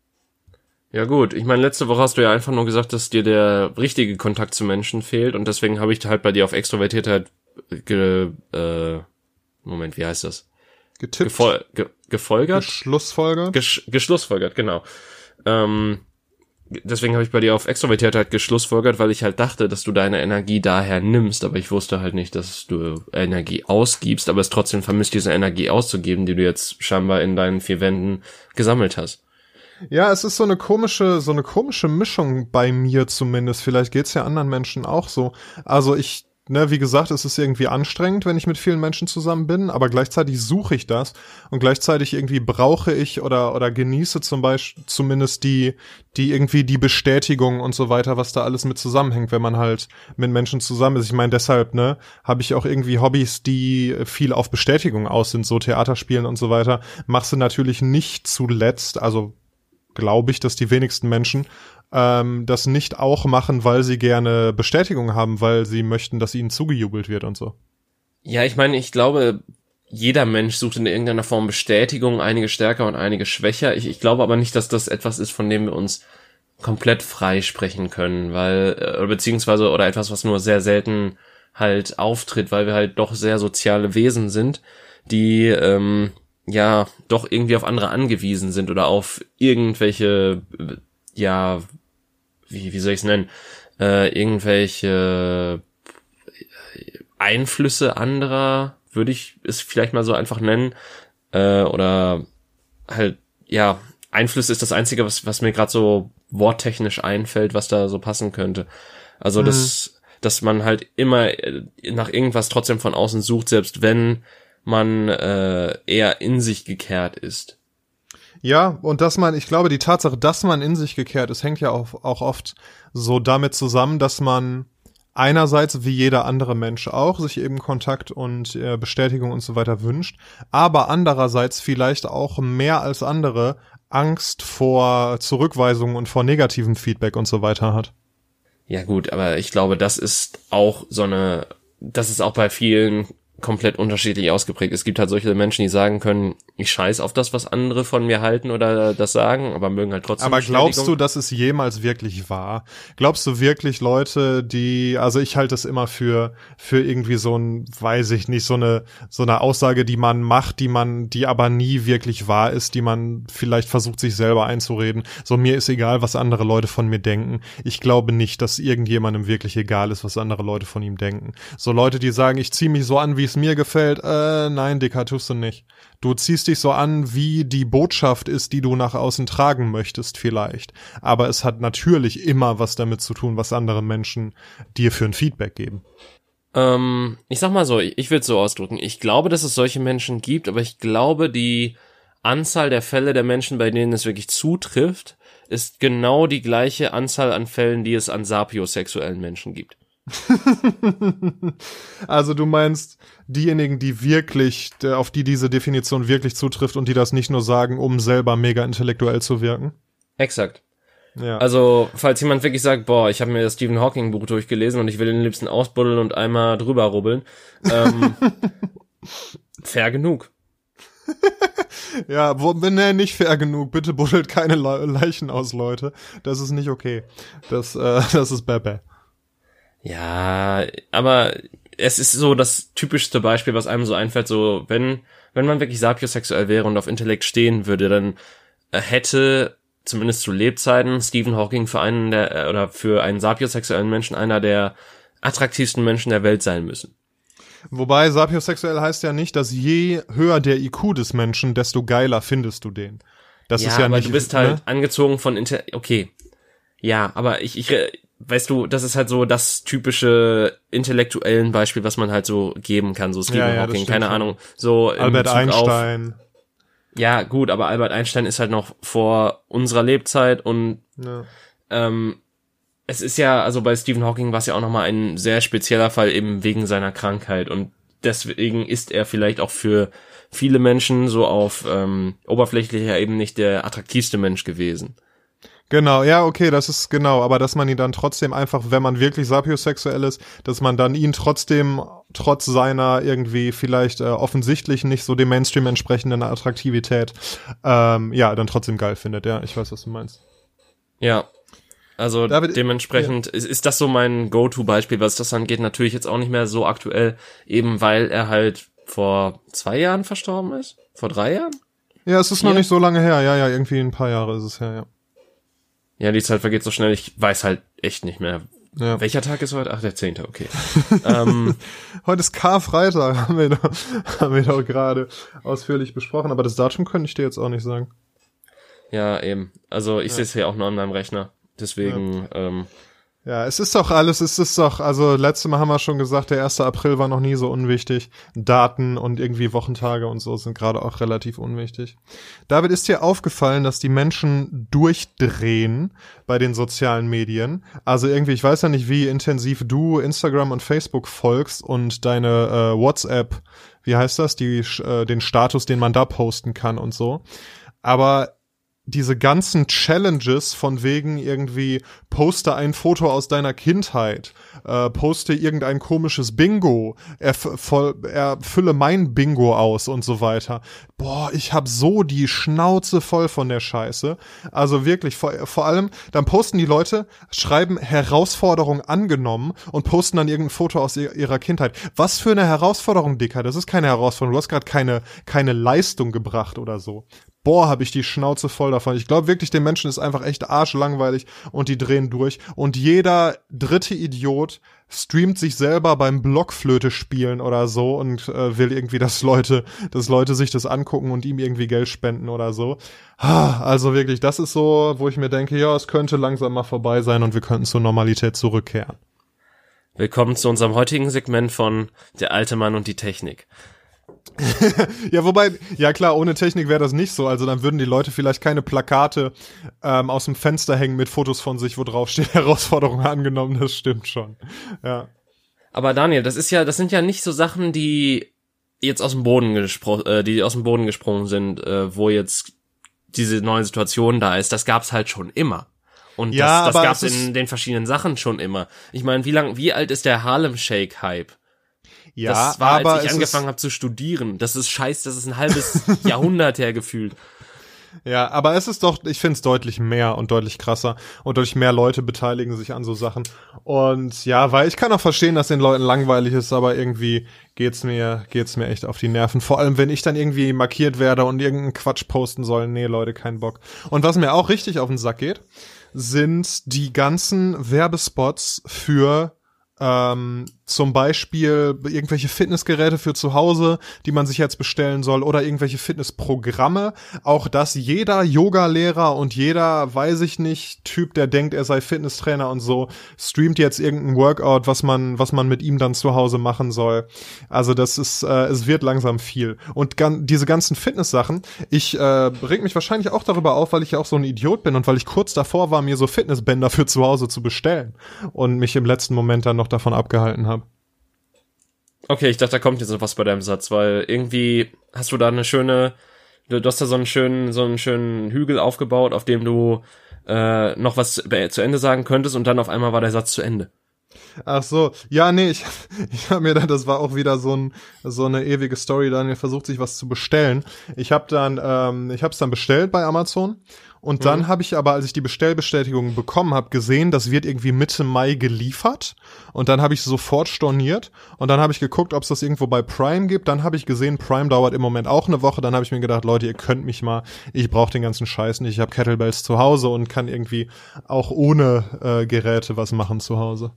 Ja gut, ich meine, letzte Woche hast du ja einfach nur gesagt, dass dir der richtige Kontakt zu Menschen fehlt und deswegen habe ich halt bei dir auf Extrovertiertheit ge, äh, Moment, wie heißt das? Getippt. Gefol ge gefolgert? Geschlussfolgert? Gesch geschlussfolgert, genau. Ähm, deswegen habe ich bei dir auf Extrovertiertheit geschlussfolgert, weil ich halt dachte, dass du deine Energie daher nimmst, aber ich wusste halt nicht, dass du Energie ausgibst, aber es trotzdem vermisst, diese Energie auszugeben, die du jetzt scheinbar in deinen vier Wänden gesammelt hast. Ja, es ist so eine komische, so eine komische Mischung bei mir zumindest. Vielleicht geht's ja anderen Menschen auch so. Also ich, ne, wie gesagt, es ist irgendwie anstrengend, wenn ich mit vielen Menschen zusammen bin, aber gleichzeitig suche ich das und gleichzeitig irgendwie brauche ich oder oder genieße zum Beispiel zumindest die die irgendwie die Bestätigung und so weiter, was da alles mit zusammenhängt, wenn man halt mit Menschen zusammen ist. Ich meine, deshalb, ne, habe ich auch irgendwie Hobbys, die viel auf Bestätigung aus sind, so Theaterspielen und so weiter. Machst du natürlich nicht zuletzt, also glaube ich, dass die wenigsten Menschen ähm, das nicht auch machen, weil sie gerne Bestätigung haben, weil sie möchten, dass ihnen zugejubelt wird und so. Ja, ich meine, ich glaube, jeder Mensch sucht in irgendeiner Form Bestätigung, einige stärker und einige schwächer. Ich, ich glaube aber nicht, dass das etwas ist, von dem wir uns komplett frei sprechen können, weil, äh, beziehungsweise, oder etwas, was nur sehr selten halt auftritt, weil wir halt doch sehr soziale Wesen sind, die, ähm, ja, doch irgendwie auf andere angewiesen sind oder auf irgendwelche, ja, wie, wie soll ich es nennen, äh, irgendwelche Einflüsse anderer, würde ich es vielleicht mal so einfach nennen, äh, oder halt, ja, Einflüsse ist das Einzige, was, was mir gerade so worttechnisch einfällt, was da so passen könnte. Also, mhm. dass, dass man halt immer nach irgendwas trotzdem von außen sucht, selbst wenn man äh, eher in sich gekehrt ist. Ja, und dass man, ich glaube, die Tatsache, dass man in sich gekehrt ist, hängt ja auch, auch oft so damit zusammen, dass man einerseits, wie jeder andere Mensch auch, sich eben Kontakt und äh, Bestätigung und so weiter wünscht, aber andererseits vielleicht auch mehr als andere Angst vor Zurückweisungen und vor negativem Feedback und so weiter hat. Ja gut, aber ich glaube, das ist auch so eine, das ist auch bei vielen komplett unterschiedlich ausgeprägt. Es gibt halt solche Menschen, die sagen können, ich scheiß auf das, was andere von mir halten oder das sagen, aber mögen halt trotzdem. Aber glaubst du, dass es jemals wirklich war? Glaubst du wirklich Leute, die, also ich halte es immer für für irgendwie so ein, weiß ich nicht, so eine so eine Aussage, die man macht, die man, die aber nie wirklich wahr ist, die man vielleicht versucht, sich selber einzureden. So, mir ist egal, was andere Leute von mir denken. Ich glaube nicht, dass irgendjemandem wirklich egal ist, was andere Leute von ihm denken. So Leute, die sagen, ich ziehe mich so an, wie es mir gefällt, äh, nein, Dicker, tust du nicht. Du ziehst dich so an, wie die Botschaft ist, die du nach außen tragen möchtest vielleicht. Aber es hat natürlich immer was damit zu tun, was andere Menschen dir für ein Feedback geben. Ähm, ich sag mal so, ich, ich will es so ausdrücken. Ich glaube, dass es solche Menschen gibt, aber ich glaube, die Anzahl der Fälle der Menschen, bei denen es wirklich zutrifft, ist genau die gleiche Anzahl an Fällen, die es an sapiosexuellen Menschen gibt. Also du meinst diejenigen, die wirklich, auf die diese Definition wirklich zutrifft und die das nicht nur sagen, um selber mega intellektuell zu wirken? Exakt. Ja. Also, falls jemand wirklich sagt, boah, ich habe mir das Stephen Hawking Buch durchgelesen und ich will den liebsten ausbuddeln und einmal drüber rubbeln, ähm, fair genug. Ja, wo, ne, nicht fair genug. Bitte buddelt keine Le- Leichen aus, Leute. Das ist nicht okay. Das, äh, das ist bäh. Ja, aber es ist so das typischste Beispiel, was einem so einfällt, so, wenn, wenn man wirklich sapiosexuell wäre und auf Intellekt stehen würde, dann hätte, zumindest zu Lebzeiten, Stephen Hawking für einen der, oder für einen sapiosexuellen Menschen einer der attraktivsten Menschen der Welt sein müssen. Wobei sapiosexuell heißt ja nicht, dass je höher der I Q des Menschen, desto geiler findest du den. Das ja, ist ja aber nicht, du bist halt ne? angezogen von Inter, okay. Ja, aber ich, ich, weißt du, das ist halt so das typische intellektuellen Beispiel, was man halt so geben kann, so Stephen Ja, ja, Hawking, das keine stimmt schon. Ahnung, so in Albert Bezug Einstein. Auf, ja, gut, aber Albert Einstein ist halt noch vor unserer Lebzeit und Ja. ähm, es ist ja, also bei Stephen Hawking war es ja auch nochmal ein sehr spezieller Fall eben wegen seiner Krankheit und deswegen ist er vielleicht auch für viele Menschen so auf ähm, oberflächlicher Ebene nicht der attraktivste Mensch gewesen. Genau, ja, okay, das ist genau, aber dass man ihn dann trotzdem einfach, wenn man wirklich sapiosexuell ist, dass man dann ihn trotzdem, trotz seiner irgendwie vielleicht äh, offensichtlich nicht so dem Mainstream entsprechenden Attraktivität, ähm, ja, dann trotzdem geil findet, ja, ich weiß, was du meinst. Ja, also David, dementsprechend ja. ist, ist das so mein Go-To-Beispiel, was das angeht, natürlich jetzt auch nicht mehr so aktuell, eben weil er halt vor zwei Jahren verstorben ist, vor drei Jahren? Ja, es ist Vier? noch nicht so lange her, ja, ja, irgendwie ein paar Jahre ist es her, ja. Ja, die Zeit vergeht so schnell, ich weiß halt echt nicht mehr. Ja. Welcher Tag ist heute? Ach, der zehnte, okay. ähm, heute ist Karfreitag, haben wir doch, haben wir doch gerade ausführlich besprochen, aber das Datum könnte ich dir jetzt auch nicht sagen. Ja, eben. Also ich ja. sehe es hier auch nur an meinem Rechner. Deswegen, ja. ähm, Ja, es ist doch alles, es ist doch, also letztes Mal haben wir schon gesagt, der erste April war noch nie so unwichtig. Daten und irgendwie Wochentage und so sind gerade auch relativ unwichtig. David, ist dir aufgefallen, dass die Menschen durchdrehen bei den sozialen Medien? Also irgendwie, ich weiß ja nicht, wie intensiv du Instagram und Facebook folgst und deine äh, WhatsApp, wie heißt das, die äh, den Status, den man da posten kann und so. Aber diese ganzen Challenges von wegen irgendwie poste ein Foto aus deiner Kindheit, äh, poste irgendein komisches Bingo, erfülle mein Bingo aus und so weiter. Boah, ich hab so die Schnauze voll von der Scheiße. Also wirklich, vor, vor allem, dann posten die Leute, schreiben Herausforderung angenommen und posten dann irgendein Foto aus ihrer Kindheit. Was für eine Herausforderung, Dicker? Das ist keine Herausforderung. Du hast gerade keine, keine Leistung gebracht oder so. Boah, hab ich die Schnauze voll davon. Ich glaube wirklich, den Menschen ist einfach echt arschlangweilig und die drehen durch. Und jeder dritte Idiot streamt sich selber beim Blockflöte spielen oder so und äh, will irgendwie, dass Leute, dass Leute sich das angucken und ihm irgendwie Geld spenden oder so. Also wirklich, das ist so, wo ich mir denke, ja, es könnte langsam mal vorbei sein und wir könnten zur Normalität zurückkehren. Willkommen zu unserem heutigen Segment von Der alte Mann und die Technik. Ja, wobei, ja klar, ohne Technik wäre das nicht so. Also dann würden die Leute vielleicht keine Plakate ähm, aus dem Fenster hängen mit Fotos von sich, wo drauf steht, Herausforderung angenommen, das stimmt schon. Ja. Aber Daniel, das ist ja, das sind ja nicht so Sachen, die jetzt aus dem Boden gesprungen, äh, die aus dem Boden gesprungen sind, äh, wo jetzt diese neue Situation da ist. Das gab's halt schon immer. Und ja, das, das gab's es in den verschiedenen Sachen schon immer. Ich meine, wie lang, wie alt ist der Harlem Shake Hype? Ja, das war, aber als ich angefangen habe zu studieren. Das ist scheiß, das ist ein halbes Jahrhundert her gefühlt. Ja, aber es ist doch, ich finde es deutlich mehr und deutlich krasser und deutlich mehr Leute beteiligen sich an so Sachen. Und ja, weil ich kann auch verstehen, dass den Leuten langweilig ist, aber irgendwie geht's mir, geht's mir echt auf die Nerven. Vor allem, wenn ich dann irgendwie markiert werde und irgendeinen Quatsch posten soll. Nee, Leute, kein Bock. Und was mir auch richtig auf den Sack geht, sind die ganzen Werbespots für Ähm, zum Beispiel irgendwelche Fitnessgeräte für zu Hause, die man sich jetzt bestellen soll, oder irgendwelche Fitnessprogramme. Auch dass jeder Yoga-Lehrer und jeder, weiß ich nicht, Typ, der denkt, er sei Fitnesstrainer und so, streamt jetzt irgendein Workout, was man, was man mit ihm dann zu Hause machen soll. Also das ist, äh, es wird langsam viel. Und gan- diese ganzen Fitness-Sachen, ich äh, reg mich wahrscheinlich auch darüber auf, weil ich ja auch so ein Idiot bin und weil ich kurz davor war, mir so Fitnessbänder für zu Hause zu bestellen und mich im letzten Moment dann noch davon abgehalten habe. Okay, ich dachte, da kommt jetzt noch was bei deinem Satz, weil irgendwie hast du da eine schöne, du hast da so einen schönen, so einen schönen Hügel aufgebaut, auf dem du äh, noch was zu Ende sagen könntest und dann auf einmal war der Satz zu Ende. Ach so, ja, nee, ich, ich habe mir dann, das war auch wieder so ein so eine ewige Story, Daniel versucht sich was zu bestellen. Ich habe dann, ähm, ich habe es dann bestellt bei Amazon und dann mhm. habe ich aber, als ich die Bestellbestätigung bekommen habe, gesehen, das wird irgendwie Mitte Mai geliefert und dann habe ich sofort storniert und dann habe ich geguckt, ob es das irgendwo bei Prime gibt. Dann habe ich gesehen, Prime dauert im Moment auch eine Woche. Dann habe ich mir gedacht, Leute, ihr könnt mich mal, ich brauche den ganzen Scheiß nicht. Ich habe Kettlebells zu Hause und kann irgendwie auch ohne äh, Geräte was machen zu Hause.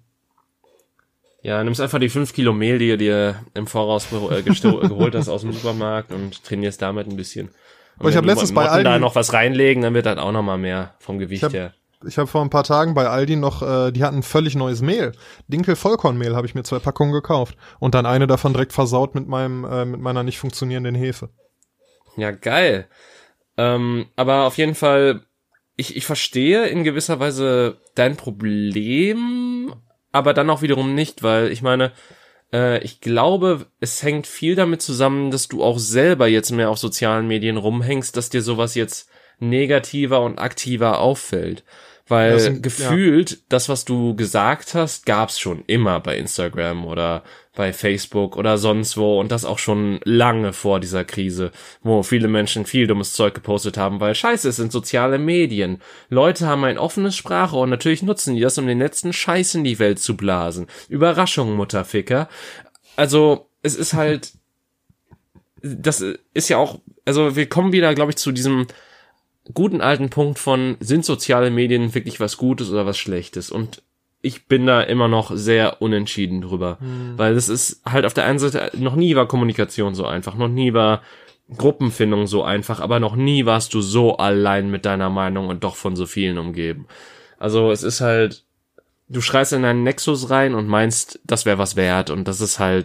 Ja, nimmst einfach die fünf Kilo Mehl, die du dir im Voraus äh, geholt hast aus dem Supermarkt und trainierst damit ein bisschen. Und aber ich habe letztens bei Aldi da noch was reinlegen, dann wird dann auch noch mal mehr vom Gewicht ich hab, her. Ich habe vor ein paar Tagen bei Aldi noch, äh, die hatten ein völlig neues Mehl. Dinkel-Vollkornmehl habe ich mir zwei Packungen gekauft und dann eine davon direkt versaut mit meinem äh, mit meiner nicht funktionierenden Hefe. Ja, geil. Ähm, aber auf jeden Fall, ich ich verstehe in gewisser Weise dein Problem, aber dann auch wiederum nicht, weil ich meine, äh, ich glaube, es hängt viel damit zusammen, dass du auch selber jetzt mehr auf sozialen Medien rumhängst, dass dir sowas jetzt negativer und aktiver auffällt. Weil das sind, gefühlt, ja. das, was du gesagt hast, gab's schon immer bei Instagram oder bei Facebook oder sonst wo und das auch schon lange vor dieser Krise, wo viele Menschen viel dummes Zeug gepostet haben, weil scheiße, es sind soziale Medien. Leute haben ein offenes Sprachrohr und natürlich nutzen die das, um den letzten Scheiß in die Welt zu blasen. Überraschung, Mutterficker. Also, es ist halt, das ist ja auch, also wir kommen wieder, glaube ich, zu diesem guten alten Punkt von, sind soziale Medien wirklich was Gutes oder was Schlechtes? Und ich bin da immer noch sehr unentschieden drüber, hm. weil es ist halt auf der einen Seite, noch nie war Kommunikation so einfach, noch nie war Gruppenfindung so einfach, aber noch nie warst du so allein mit deiner Meinung und doch von so vielen umgeben. Also es ist halt, du schreist in einen Nexus rein und meinst, das wäre was wert und das ist halt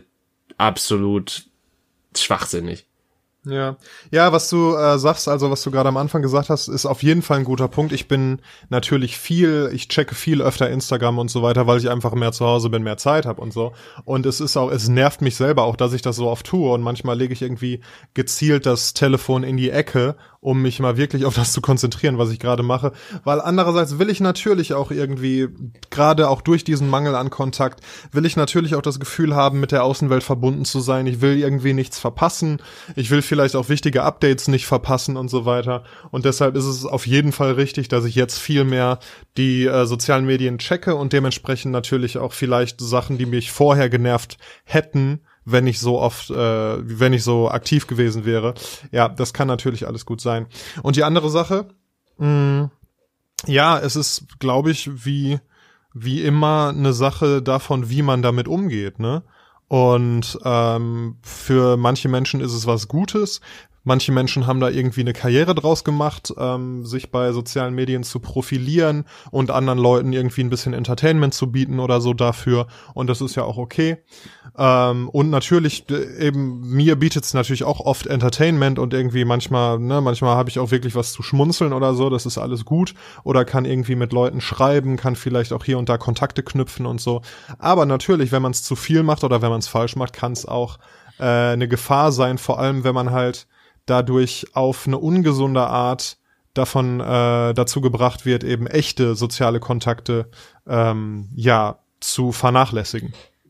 absolut schwachsinnig. Ja, ja, was du äh, sagst, also was du gerade am Anfang gesagt hast, ist auf jeden Fall ein guter Punkt. Ich bin natürlich viel, ich checke viel öfter Instagram und so weiter, weil ich einfach mehr zu Hause bin, mehr Zeit habe und so. Und es ist auch, es nervt mich selber auch, dass ich das so oft tue. Und manchmal lege ich irgendwie gezielt das Telefon in die Ecke, um mich mal wirklich auf das zu konzentrieren, was ich gerade mache. Weil andererseits will ich natürlich auch irgendwie, gerade auch durch diesen Mangel an Kontakt, will ich natürlich auch das Gefühl haben, mit der Außenwelt verbunden zu sein. Ich will irgendwie nichts verpassen. Ich will vielleicht auch wichtige Updates nicht verpassen und so weiter. Und deshalb ist es auf jeden Fall richtig, dass ich jetzt viel mehr die äh, sozialen Medien checke und dementsprechend natürlich auch vielleicht Sachen, die mich vorher genervt hätten, wenn ich so oft, äh, wenn ich so aktiv gewesen wäre. Ja, das kann natürlich alles gut sein. Und die andere Sache, mh, ja, es ist, glaube ich, wie wie immer eine Sache davon, wie man damit umgeht, ne? Und ähm, für manche Menschen ist es was Gutes. Manche Menschen haben da irgendwie eine Karriere draus gemacht, ähm, sich bei sozialen Medien zu profilieren und anderen Leuten irgendwie ein bisschen Entertainment zu bieten oder so dafür. Und das ist ja auch okay. Ähm, und natürlich, eben, mir bietet es natürlich auch oft Entertainment und irgendwie manchmal, ne, manchmal habe ich auch wirklich was zu schmunzeln oder so. Das ist alles gut. Oder kann irgendwie mit Leuten schreiben, kann vielleicht auch hier und da Kontakte knüpfen und so. Aber natürlich, wenn man es zu viel macht oder wenn man es falsch macht, kann es auch äh, eine Gefahr sein, vor allem wenn man halt dadurch auf eine ungesunde Art davon äh, dazu gebracht wird, eben echte soziale Kontakte ähm, ja zu vernachlässigen.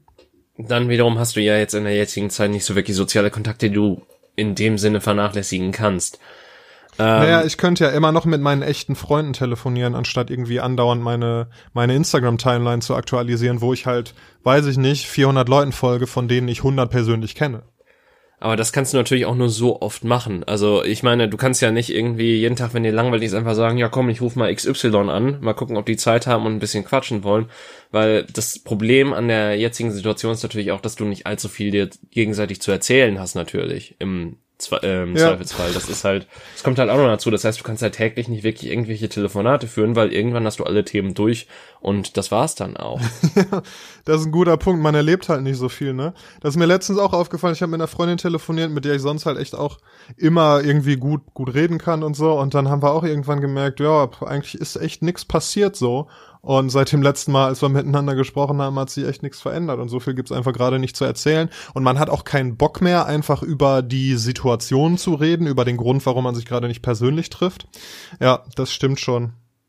Dann wiederum hast du ja jetzt in der jetzigen Zeit nicht so wirklich soziale Kontakte, die du in dem Sinne vernachlässigen kannst. Ähm, naja, ich könnte ja immer noch mit meinen echten Freunden telefonieren, anstatt irgendwie andauernd meine meine Instagram-Timeline zu aktualisieren, wo ich halt, weiß ich nicht, vierhundert Leuten folge, von denen ich hundert persönlich kenne. Aber das kannst du natürlich auch nur so oft machen. Also ich meine, du kannst ja nicht irgendwie jeden Tag, wenn dir langweilig ist, einfach sagen, ja komm, ich rufe mal X Y an, mal gucken, ob die Zeit haben und ein bisschen quatschen wollen. Weil das Problem an der jetzigen Situation ist natürlich auch, dass du nicht allzu viel dir gegenseitig zu erzählen hast natürlich im Zwe- äh, im ja. Zweifelsfall. Das ist halt, das kommt halt auch noch dazu. Das heißt, du kannst halt täglich nicht wirklich irgendwelche Telefonate führen, weil irgendwann hast du alle Themen durch und das war's dann auch. Ja, das ist ein guter Punkt. Man erlebt halt nicht so viel, ne? Das ist mir letztens auch aufgefallen. Ich habe mit einer Freundin telefoniert, mit der ich sonst halt echt auch immer irgendwie gut gut reden kann und so. Und dann haben wir auch irgendwann gemerkt, ja, eigentlich ist echt nichts passiert so. Und seit dem letzten Mal, als wir miteinander gesprochen haben, hat sich echt nichts verändert. Und so viel gibt's einfach gerade nicht zu erzählen. Und man hat auch keinen Bock mehr, einfach über die Situation zu reden, über den Grund, warum man sich gerade nicht persönlich trifft. Ja, das stimmt schon.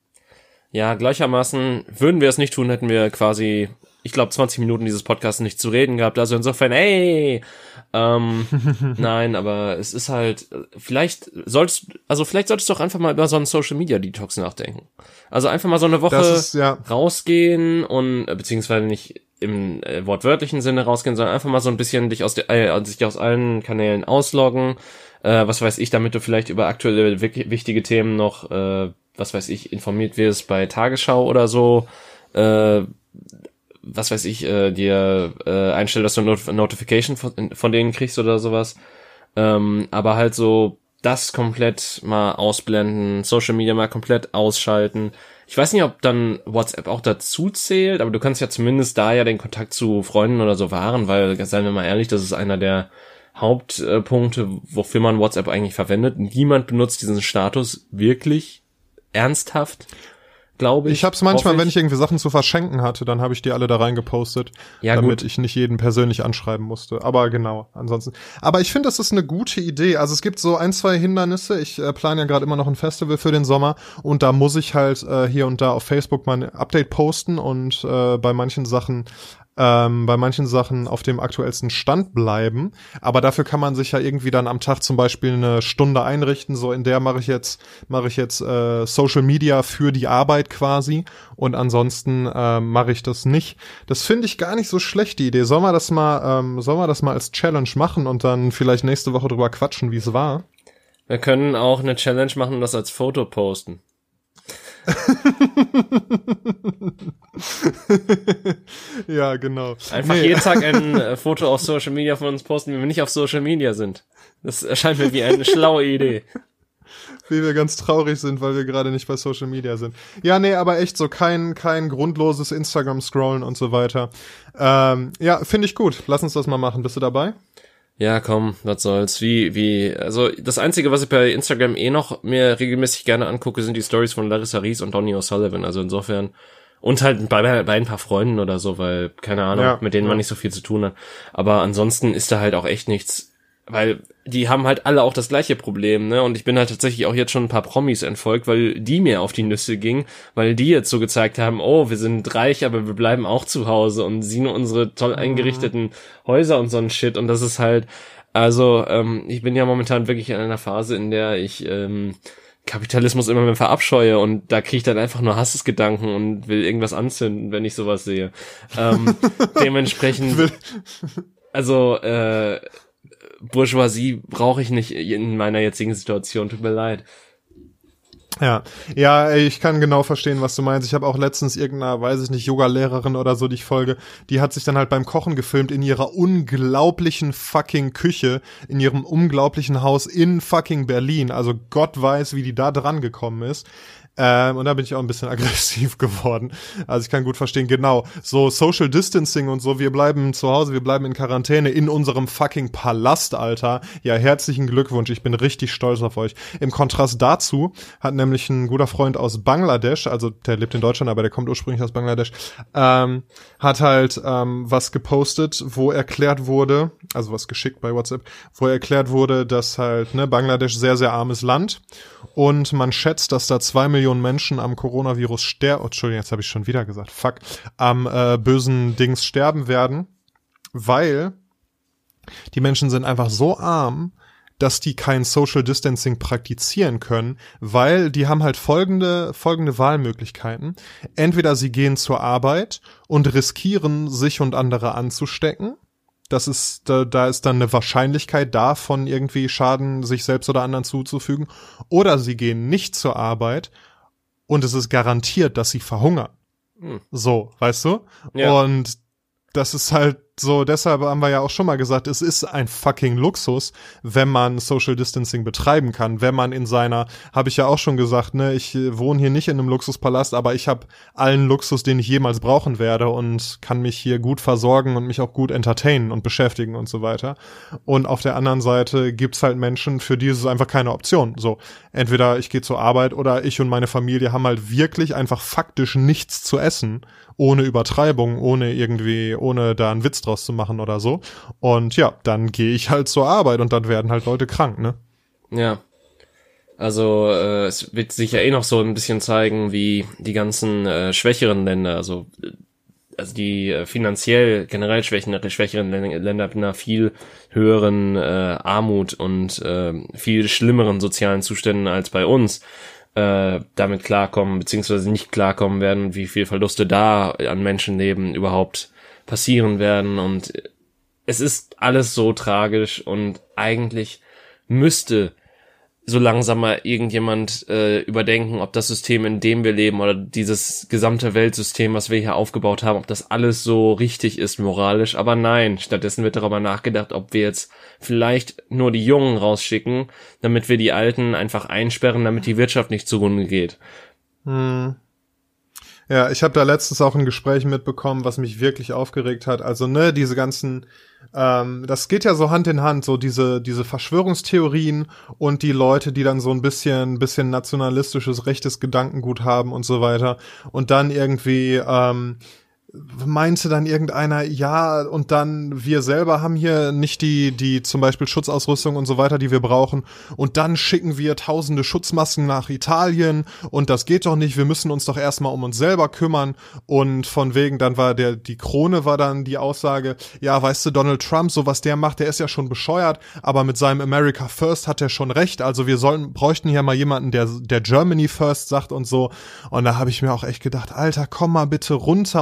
Ja, gleichermaßen würden wir es nicht tun, hätten wir quasi, ich glaube, zwanzig Minuten dieses Podcasts nicht zu reden gehabt. Also insofern, ey, ähm, nein, aber es ist halt, vielleicht solltest, also vielleicht solltest du auch einfach mal über so einen Social Media Detox nachdenken. Also einfach mal so eine Woche ist, ja. rausgehen und, beziehungsweise nicht im äh, wortwörtlichen Sinne rausgehen, sondern einfach mal so ein bisschen dich aus der, äh, sich aus allen Kanälen ausloggen, äh, was weiß ich, damit du vielleicht über aktuelle w- wichtige Themen noch, äh, was weiß ich, informiert wirst bei Tagesschau oder so, äh, was weiß ich, äh, dir äh, einstellt, dass du eine Not- Notification von, von denen kriegst oder sowas. Ähm, aber halt so das komplett mal ausblenden, Social Media mal komplett ausschalten. Ich weiß nicht, ob dann WhatsApp auch dazu zählt, aber du kannst ja zumindest da ja den Kontakt zu Freunden oder so wahren, weil, seien wir mal ehrlich, das ist einer der Hauptpunkte, wofür man WhatsApp eigentlich verwendet. Niemand benutzt diesen Status wirklich ernsthaft, glaube ich. Ich hab's manchmal, ich. wenn ich irgendwie Sachen zu verschenken hatte, dann habe ich die alle da reingepostet, ja, damit gut. ich nicht jeden persönlich anschreiben musste. Aber genau, ansonsten. Aber ich finde, das ist eine gute Idee. Also es gibt so ein, zwei Hindernisse. Ich äh, plane ja gerade immer noch ein Festival für den Sommer und da muss ich halt äh, hier und da auf Facebook mal ein Update posten und äh, bei manchen Sachen Ähm, bei manchen Sachen auf dem aktuellsten Stand bleiben, aber dafür kann man sich ja irgendwie dann am Tag zum Beispiel eine Stunde einrichten, so in der mache ich jetzt mache ich jetzt äh, Social Media für die Arbeit quasi und ansonsten äh, mache ich das nicht. Das finde ich gar nicht so schlecht, die Idee. Sollen wir das mal, ähm, sollen wir das mal als Challenge machen und dann vielleicht nächste Woche drüber quatschen, wie es war? Wir können auch eine Challenge machen und das als Foto posten. Ja, genau. Einfach nee. jeden Tag ein äh, Foto auf Social Media von uns posten, wie wir nicht auf Social Media sind. Das erscheint mir wie eine schlaue Idee. Wie wir ganz traurig sind, weil wir gerade nicht bei Social Media sind. Ja, nee, aber echt so kein kein grundloses Instagram-Scrollen und so weiter. Ähm, ja, finde ich gut. Lass uns das mal machen. Bist du dabei? Ja, komm, was soll's. Wie, wie, also das Einzige, was ich bei Instagram eh noch mir regelmäßig gerne angucke, sind die Stories von Larissa Ries und Donny O'Sullivan. Also insofern, und halt bei, bei ein paar Freunden oder so, weil, keine Ahnung, ja, mit denen ja. man nicht so viel zu tun hat. Aber ansonsten ist da halt auch echt nichts, weil die haben halt alle auch das gleiche Problem, ne? Und ich bin halt tatsächlich auch jetzt schon ein paar Promis entfolgt, weil die mir auf die Nüsse gingen, weil die jetzt so gezeigt haben, oh, wir sind reich, aber wir bleiben auch zu Hause und sehen unsere toll eingerichteten Häuser und so ein Shit. Und das ist halt, also, ähm, ich bin ja momentan wirklich in einer Phase, in der ich ähm, Kapitalismus immer mehr verabscheue und da kriege ich dann einfach nur Hassesgedanken und will irgendwas anzünden, wenn ich sowas sehe. Ähm, dementsprechend, also, äh, Bourgeoisie brauche ich nicht in meiner jetzigen Situation, tut mir leid. Ja, ja, ich kann genau verstehen, was du meinst. Ich habe auch letztens irgendeiner, weiß ich nicht, Yoga-Lehrerin oder so, die ich folge, die hat sich dann halt beim Kochen gefilmt in ihrer unglaublichen fucking Küche, in ihrem unglaublichen Haus in fucking Berlin. Also Gott weiß, wie die da dran gekommen ist. Ähm, und da bin ich auch ein bisschen aggressiv geworden. Also ich kann gut verstehen, genau, so Social Distancing und so, wir bleiben zu Hause, wir bleiben in Quarantäne in unserem fucking Palast, Alter. Ja, herzlichen Glückwunsch, ich bin richtig stolz auf euch. Im Kontrast dazu hat nämlich ein guter Freund aus Bangladesch, also der lebt in Deutschland, aber der kommt ursprünglich aus Bangladesch, ähm, hat halt ähm, was gepostet, wo erklärt wurde, also was geschickt bei WhatsApp, wo erklärt wurde, dass halt, ne, Bangladesch sehr, sehr armes Land und man schätzt, dass da zwei Millionen Menschen am Coronavirus sterben, oh, Entschuldigung, jetzt habe ich schon wieder gesagt, fuck, am äh, bösen Dings sterben werden, weil die Menschen sind einfach so arm, dass die kein Social Distancing praktizieren können, weil die haben halt folgende folgende Wahlmöglichkeiten. Entweder sie gehen zur Arbeit und riskieren, sich und andere anzustecken. Das ist, da, da ist dann eine Wahrscheinlichkeit davon, irgendwie Schaden sich selbst oder anderen zuzufügen. Oder sie gehen nicht zur Arbeit und es ist garantiert, dass sie verhungern. Hm. So, weißt du? Ja. Und das ist halt so, deshalb haben wir ja auch schon mal gesagt, es ist ein fucking Luxus, wenn man Social Distancing betreiben kann, wenn man in seiner, habe ich ja auch schon gesagt, ne, ich wohne hier nicht in einem Luxuspalast, aber ich habe allen Luxus, den ich jemals brauchen werde und kann mich hier gut versorgen und mich auch gut entertainen und beschäftigen und so weiter. Und auf der anderen Seite gibt's halt Menschen, für die ist es einfach keine Option. So, entweder ich gehe zur Arbeit oder ich und meine Familie haben halt wirklich einfach faktisch nichts zu essen, ohne Übertreibung, ohne irgendwie, ohne da einen Witz draus zu machen oder so. Und ja, dann gehe ich halt zur Arbeit und dann werden halt Leute krank, ne? Ja. Also äh, es wird sich ja eh noch so ein bisschen zeigen, wie die ganzen äh, schwächeren Länder, also also die äh, finanziell generell schwächen, schwächeren Länder mit einer viel höheren äh, Armut und äh, viel schlimmeren sozialen Zuständen als bei uns äh, damit klarkommen, beziehungsweise nicht klarkommen werden, wie viel Verluste da an Menschenleben überhaupt passieren werden. Und es ist alles so tragisch und eigentlich müsste so langsam mal irgendjemand äh, überdenken, ob das System, in dem wir leben oder dieses gesamte Weltsystem, was wir hier aufgebaut haben, ob das alles so richtig ist moralisch. Aber nein, stattdessen wird darüber nachgedacht, ob wir jetzt vielleicht nur die Jungen rausschicken, damit wir die Alten einfach einsperren, damit die Wirtschaft nicht zugrunde geht. Hm. Ja, ich habe da letztens auch ein Gespräch mitbekommen, was mich wirklich aufgeregt hat. Also, ne, diese ganzen, ähm, das geht ja so Hand in Hand, so diese diese Verschwörungstheorien und die Leute, die dann so ein bisschen bisschen nationalistisches, rechtes Gedankengut haben und so weiter. Und dann irgendwie, ähm, meinte dann irgendeiner, ja, und dann wir selber haben hier nicht die, die zum Beispiel Schutzausrüstung und so weiter, die wir brauchen, und dann schicken wir tausende Schutzmasken nach Italien und das geht doch nicht, wir müssen uns doch erstmal um uns selber kümmern. Und von wegen, dann war der, die Krone war dann die Aussage, ja, weißt du, Donald Trump, so was der macht, der ist ja schon bescheuert, aber mit seinem America First hat er schon recht, also wir sollen, bräuchten hier mal jemanden, der, der Germany First sagt und so. Und da habe ich mir auch echt gedacht, Alter, komm mal bitte runter und lies mal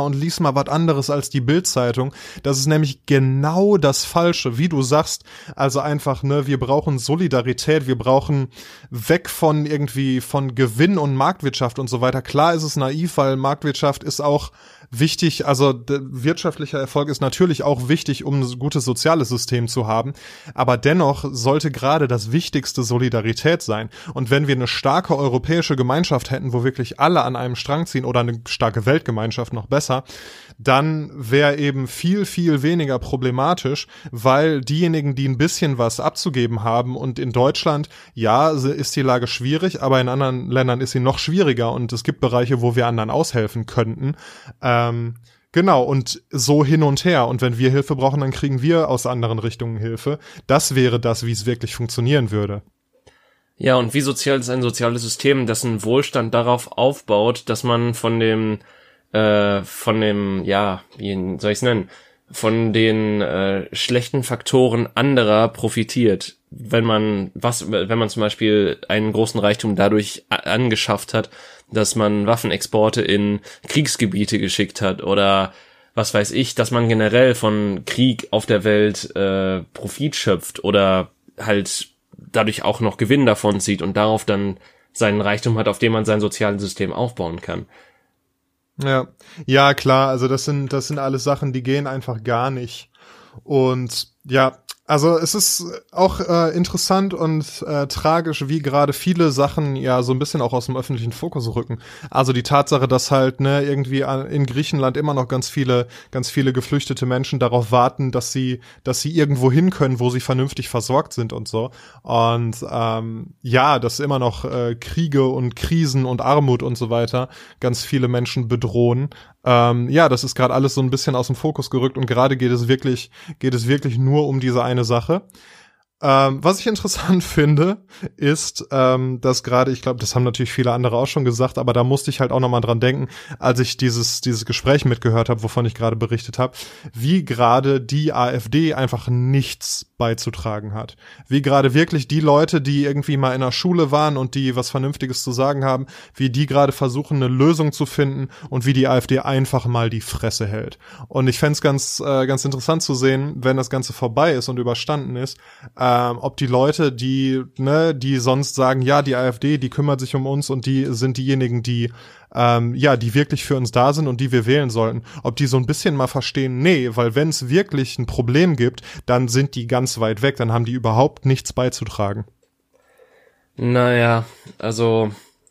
mal was anderes als die Bild-Zeitung. Das ist nämlich genau das Falsche, wie du sagst. Also einfach, ne, wir brauchen Solidarität, wir brauchen weg von irgendwie von Gewinn und Marktwirtschaft und so weiter. Klar ist es naiv, weil Marktwirtschaft ist auch wichtig, also der wirtschaftlicher Erfolg ist natürlich auch wichtig, um ein gutes soziales System zu haben, aber dennoch sollte gerade das Wichtigste Solidarität sein. Und wenn wir eine starke europäische Gemeinschaft hätten, wo wirklich alle an einem Strang ziehen oder eine starke Weltgemeinschaft noch besser, dann wäre eben viel, viel weniger problematisch, weil diejenigen, die ein bisschen was abzugeben haben und in Deutschland, ja, ist die Lage schwierig, aber in anderen Ländern ist sie noch schwieriger und es gibt Bereiche, wo wir anderen aushelfen könnten. Ähm, genau, und so hin und her. Und wenn wir Hilfe brauchen, dann kriegen wir aus anderen Richtungen Hilfe. Das wäre das, wie es wirklich funktionieren würde. Ja, und wie sozial ist ein soziales System, dessen Wohlstand darauf aufbaut, dass man von dem äh, von dem, ja, wie soll ich es nennen, von den äh, schlechten Faktoren anderer profitiert. Wenn man was, wenn man zum Beispiel einen großen Reichtum dadurch a- angeschafft hat, dass man Waffenexporte in Kriegsgebiete geschickt hat oder was weiß ich, dass man generell von Krieg auf der Welt äh, Profit schöpft oder halt dadurch auch noch Gewinn davon zieht und darauf dann seinen Reichtum hat, auf dem man sein soziales System aufbauen kann. Ja, ja, klar, also das sind, das sind alles Sachen, die gehen einfach gar nicht. Und ja, also es ist auch äh, interessant und äh, tragisch, wie gerade viele Sachen ja so ein bisschen auch aus dem öffentlichen Fokus rücken. Also die Tatsache, dass halt ne irgendwie an, in Griechenland immer noch ganz viele, ganz viele geflüchtete Menschen darauf warten, dass sie, dass sie irgendwo hin können, wo sie vernünftig versorgt sind und so. Und ähm, ja, dass immer noch äh, Kriege und Krisen und Armut und so weiter ganz viele Menschen bedrohen. Ähm, ja, das ist gerade alles so ein bisschen aus dem Fokus gerückt und gerade geht es wirklich, geht es wirklich nur um diese eine Sache. Ähm, was ich interessant finde, ist, ähm, dass gerade, ich glaube, das haben natürlich viele andere auch schon gesagt, aber da musste ich halt auch nochmal dran denken, als ich dieses dieses Gespräch mitgehört habe, wovon ich gerade berichtet habe, wie gerade die AfD einfach nichts beizutragen hat. Wie gerade wirklich die Leute, die irgendwie mal in der Schule waren und die was Vernünftiges zu sagen haben, wie die gerade versuchen, eine Lösung zu finden und wie die AfD einfach mal die Fresse hält. Und ich fände es ganz, äh, ganz interessant zu sehen, wenn das Ganze vorbei ist und überstanden ist, ähm, ob die Leute, die, ne, die sonst sagen, ja, die AfD, die kümmert sich um uns und die sind diejenigen, die Ähm, ja, die wirklich für uns da sind und die wir wählen sollten, ob die so ein bisschen mal verstehen, nee, weil wenn es wirklich ein Problem gibt, dann sind die ganz weit weg, dann haben die überhaupt nichts beizutragen. Naja, also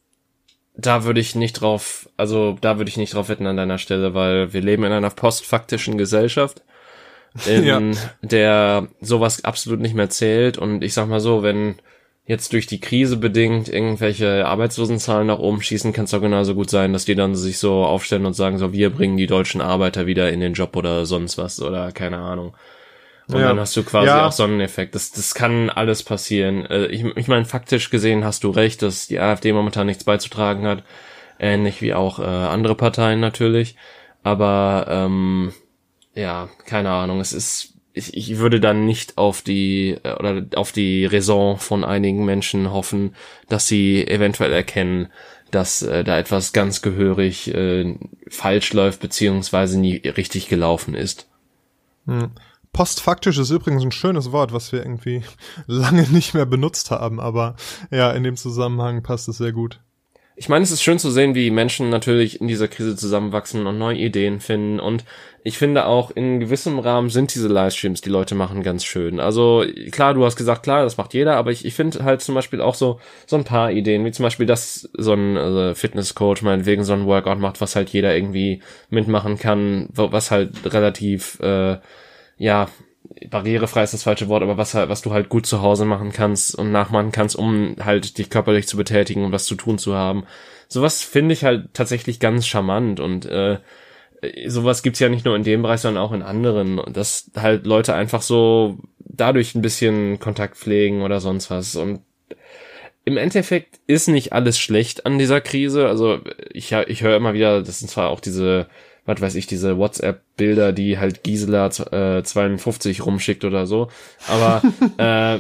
da würde ich nicht drauf, also da würde ich nicht drauf wetten an deiner Stelle, weil wir leben in einer postfaktischen Gesellschaft, in ja. der sowas absolut nicht mehr zählt und ich sag mal so, wenn jetzt durch die Krise bedingt irgendwelche Arbeitslosenzahlen nach oben schießen, kann es doch genauso gut sein, dass die dann sich so aufstellen und sagen so, wir bringen die deutschen Arbeiter wieder in den Job oder sonst was oder keine Ahnung. Und ja. dann hast du quasi ja. auch so einen Effekt. Das, das kann alles passieren. Ich, ich meine, faktisch gesehen hast du recht, dass die AfD momentan nichts beizutragen hat. Ähnlich wie auch äh, andere Parteien natürlich. Aber ähm, ja, keine Ahnung, es ist Ich, ich würde dann nicht auf die oder auf die Raison von einigen Menschen hoffen, dass sie eventuell erkennen, dass äh, da etwas ganz gehörig äh, falsch läuft beziehungsweise nie richtig gelaufen ist. Hm. Postfaktisch ist übrigens ein schönes Wort, was wir irgendwie lange nicht mehr benutzt haben, aber ja, in dem Zusammenhang passt es sehr gut. Ich meine, es ist schön zu sehen, wie Menschen natürlich in dieser Krise zusammenwachsen und neue Ideen finden und ich finde auch, in gewissem Rahmen sind diese Livestreams, die Leute machen, ganz schön. Also klar, du hast gesagt, klar, das macht jeder, aber ich, ich finde halt zum Beispiel auch so so ein paar Ideen, wie zum Beispiel, dass so ein also Fitnesscoach meinetwegen so ein Workout macht, was halt jeder irgendwie mitmachen kann, was halt relativ, äh, ja, barrierefrei ist das falsche Wort, aber was halt, was du halt gut zu Hause machen kannst und nachmachen kannst, um halt dich körperlich zu betätigen und was zu tun zu haben. Sowas finde ich halt tatsächlich ganz charmant und äh, sowas gibt's ja nicht nur in dem Bereich, sondern auch in anderen. Und dass halt Leute einfach so dadurch ein bisschen Kontakt pflegen oder sonst was. Und im Endeffekt ist nicht alles schlecht an dieser Krise. Also ich, ich höre immer wieder, das sind zwar auch diese, was weiß ich, diese WhatsApp-Bilder, die halt Gisela äh, zweiundfünfzig rumschickt oder so. Aber äh,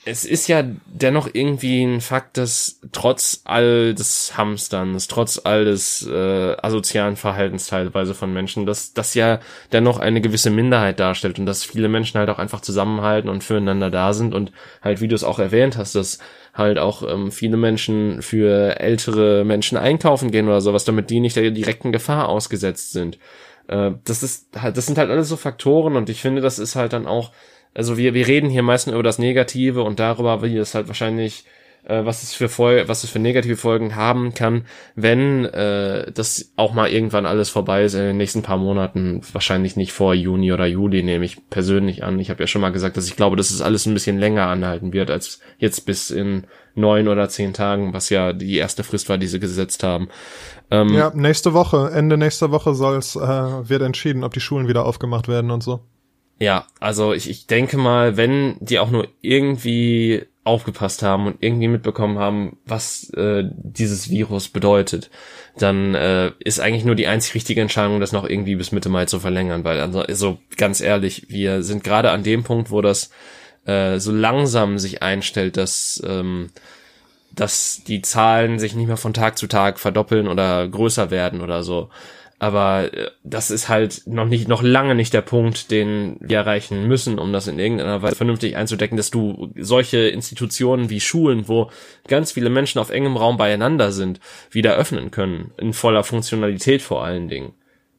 es ist ja dennoch irgendwie ein Fakt, dass trotz all des Hamsterns, trotz all des äh, asozialen Verhaltens teilweise von Menschen, dass das ja dennoch eine gewisse Minderheit darstellt und dass viele Menschen halt auch einfach zusammenhalten und füreinander da sind und halt, wie du es auch erwähnt hast, dass halt auch ähm, viele Menschen für ältere Menschen einkaufen gehen oder sowas, damit die nicht der direkten Gefahr ausgesetzt sind. Äh, das ist halt, das sind halt alles so Faktoren und ich finde, das ist halt dann auch. Also wir wir reden hier meistens über das Negative und darüber, wie es halt wahrscheinlich, äh, was es für Fol- was es für negative Folgen haben kann, wenn äh, das auch mal irgendwann alles vorbei ist in den nächsten paar Monaten. Wahrscheinlich nicht vor Juni oder Juli, nehme ich persönlich an. Ich habe ja schon mal gesagt, dass ich glaube, dass es alles ein bisschen länger anhalten wird als jetzt bis in neun oder zehn Tagen, was ja die erste Frist war, die sie gesetzt haben. Ähm, ja, nächste Woche, Ende nächster Woche soll's äh, wird entschieden, ob die Schulen wieder aufgemacht werden und so. Ja, also ich, ich denke mal, wenn die auch nur irgendwie aufgepasst haben und irgendwie mitbekommen haben, was äh, dieses Virus bedeutet, dann äh, ist eigentlich nur die einzig richtige Entscheidung, das noch irgendwie bis Mitte Mai zu verlängern, weil also, also ganz ehrlich, wir sind gerade an dem Punkt, wo das äh, so langsam sich einstellt, dass ähm, dass die Zahlen sich nicht mehr von Tag zu Tag verdoppeln oder größer werden oder so. Aber das ist halt noch nicht, noch lange nicht der Punkt, den wir erreichen müssen, um das in irgendeiner Weise vernünftig einzudecken, dass du solche Institutionen wie Schulen, wo ganz viele Menschen auf engem Raum beieinander sind, wieder öffnen können. In voller Funktionalität vor allen Dingen.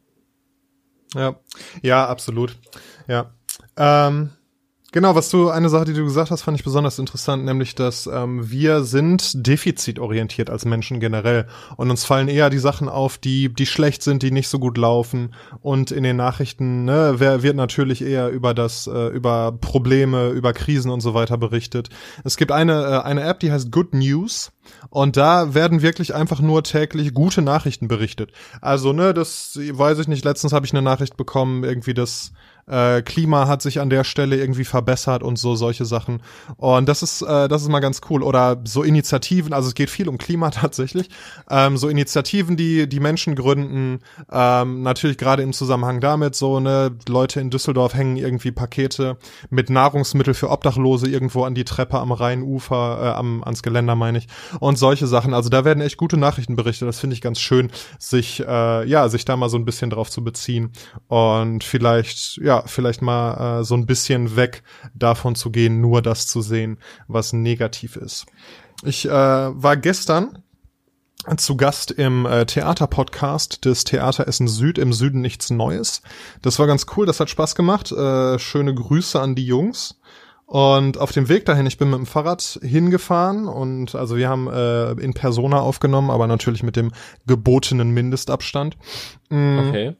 Ja, ja, absolut. Ja. Ähm, Genau, was du, eine Sache, die du gesagt hast, fand ich besonders interessant, nämlich, dass ähm, wir sind defizitorientiert als Menschen generell und uns fallen eher die Sachen auf, die die schlecht sind, die nicht so gut laufen und in den Nachrichten ne, wer, wird natürlich eher über das, äh, über Probleme, über Krisen und so weiter berichtet. Es gibt eine äh, eine App, die heißt Good News. Und da werden wirklich einfach nur täglich gute Nachrichten berichtet. Also, ne, das weiß ich nicht, letztens habe ich eine Nachricht bekommen, irgendwie das äh, Klima hat sich an der Stelle irgendwie verbessert und so solche Sachen. Und das ist äh, das ist mal ganz cool. Oder so Initiativen, also es geht viel um Klima tatsächlich. Ähm, so Initiativen, die die Menschen gründen, ähm, natürlich gerade im Zusammenhang damit so, ne, Leute in Düsseldorf hängen irgendwie Pakete mit Nahrungsmittel für Obdachlose irgendwo an die Treppe am Rheinufer, äh, am ans Geländer meine ich. Und solche Sachen, also da werden echt gute Nachrichten berichtet, das finde ich ganz schön, sich äh, ja, sich da mal so ein bisschen drauf zu beziehen und vielleicht, ja, vielleicht mal äh, so ein bisschen weg davon zu gehen, nur das zu sehen, was negativ ist. Ich äh, war gestern zu Gast im äh, Theaterpodcast des Theater Essen Süd, im Süden nichts Neues. Das war ganz cool, das hat Spaß gemacht, äh, schöne Grüße an die Jungs. Und auf dem Weg dahin, ich bin mit dem Fahrrad hingefahren und also wir haben äh, in Persona aufgenommen, aber natürlich mit dem gebotenen Mindestabstand. Mhm. Okay.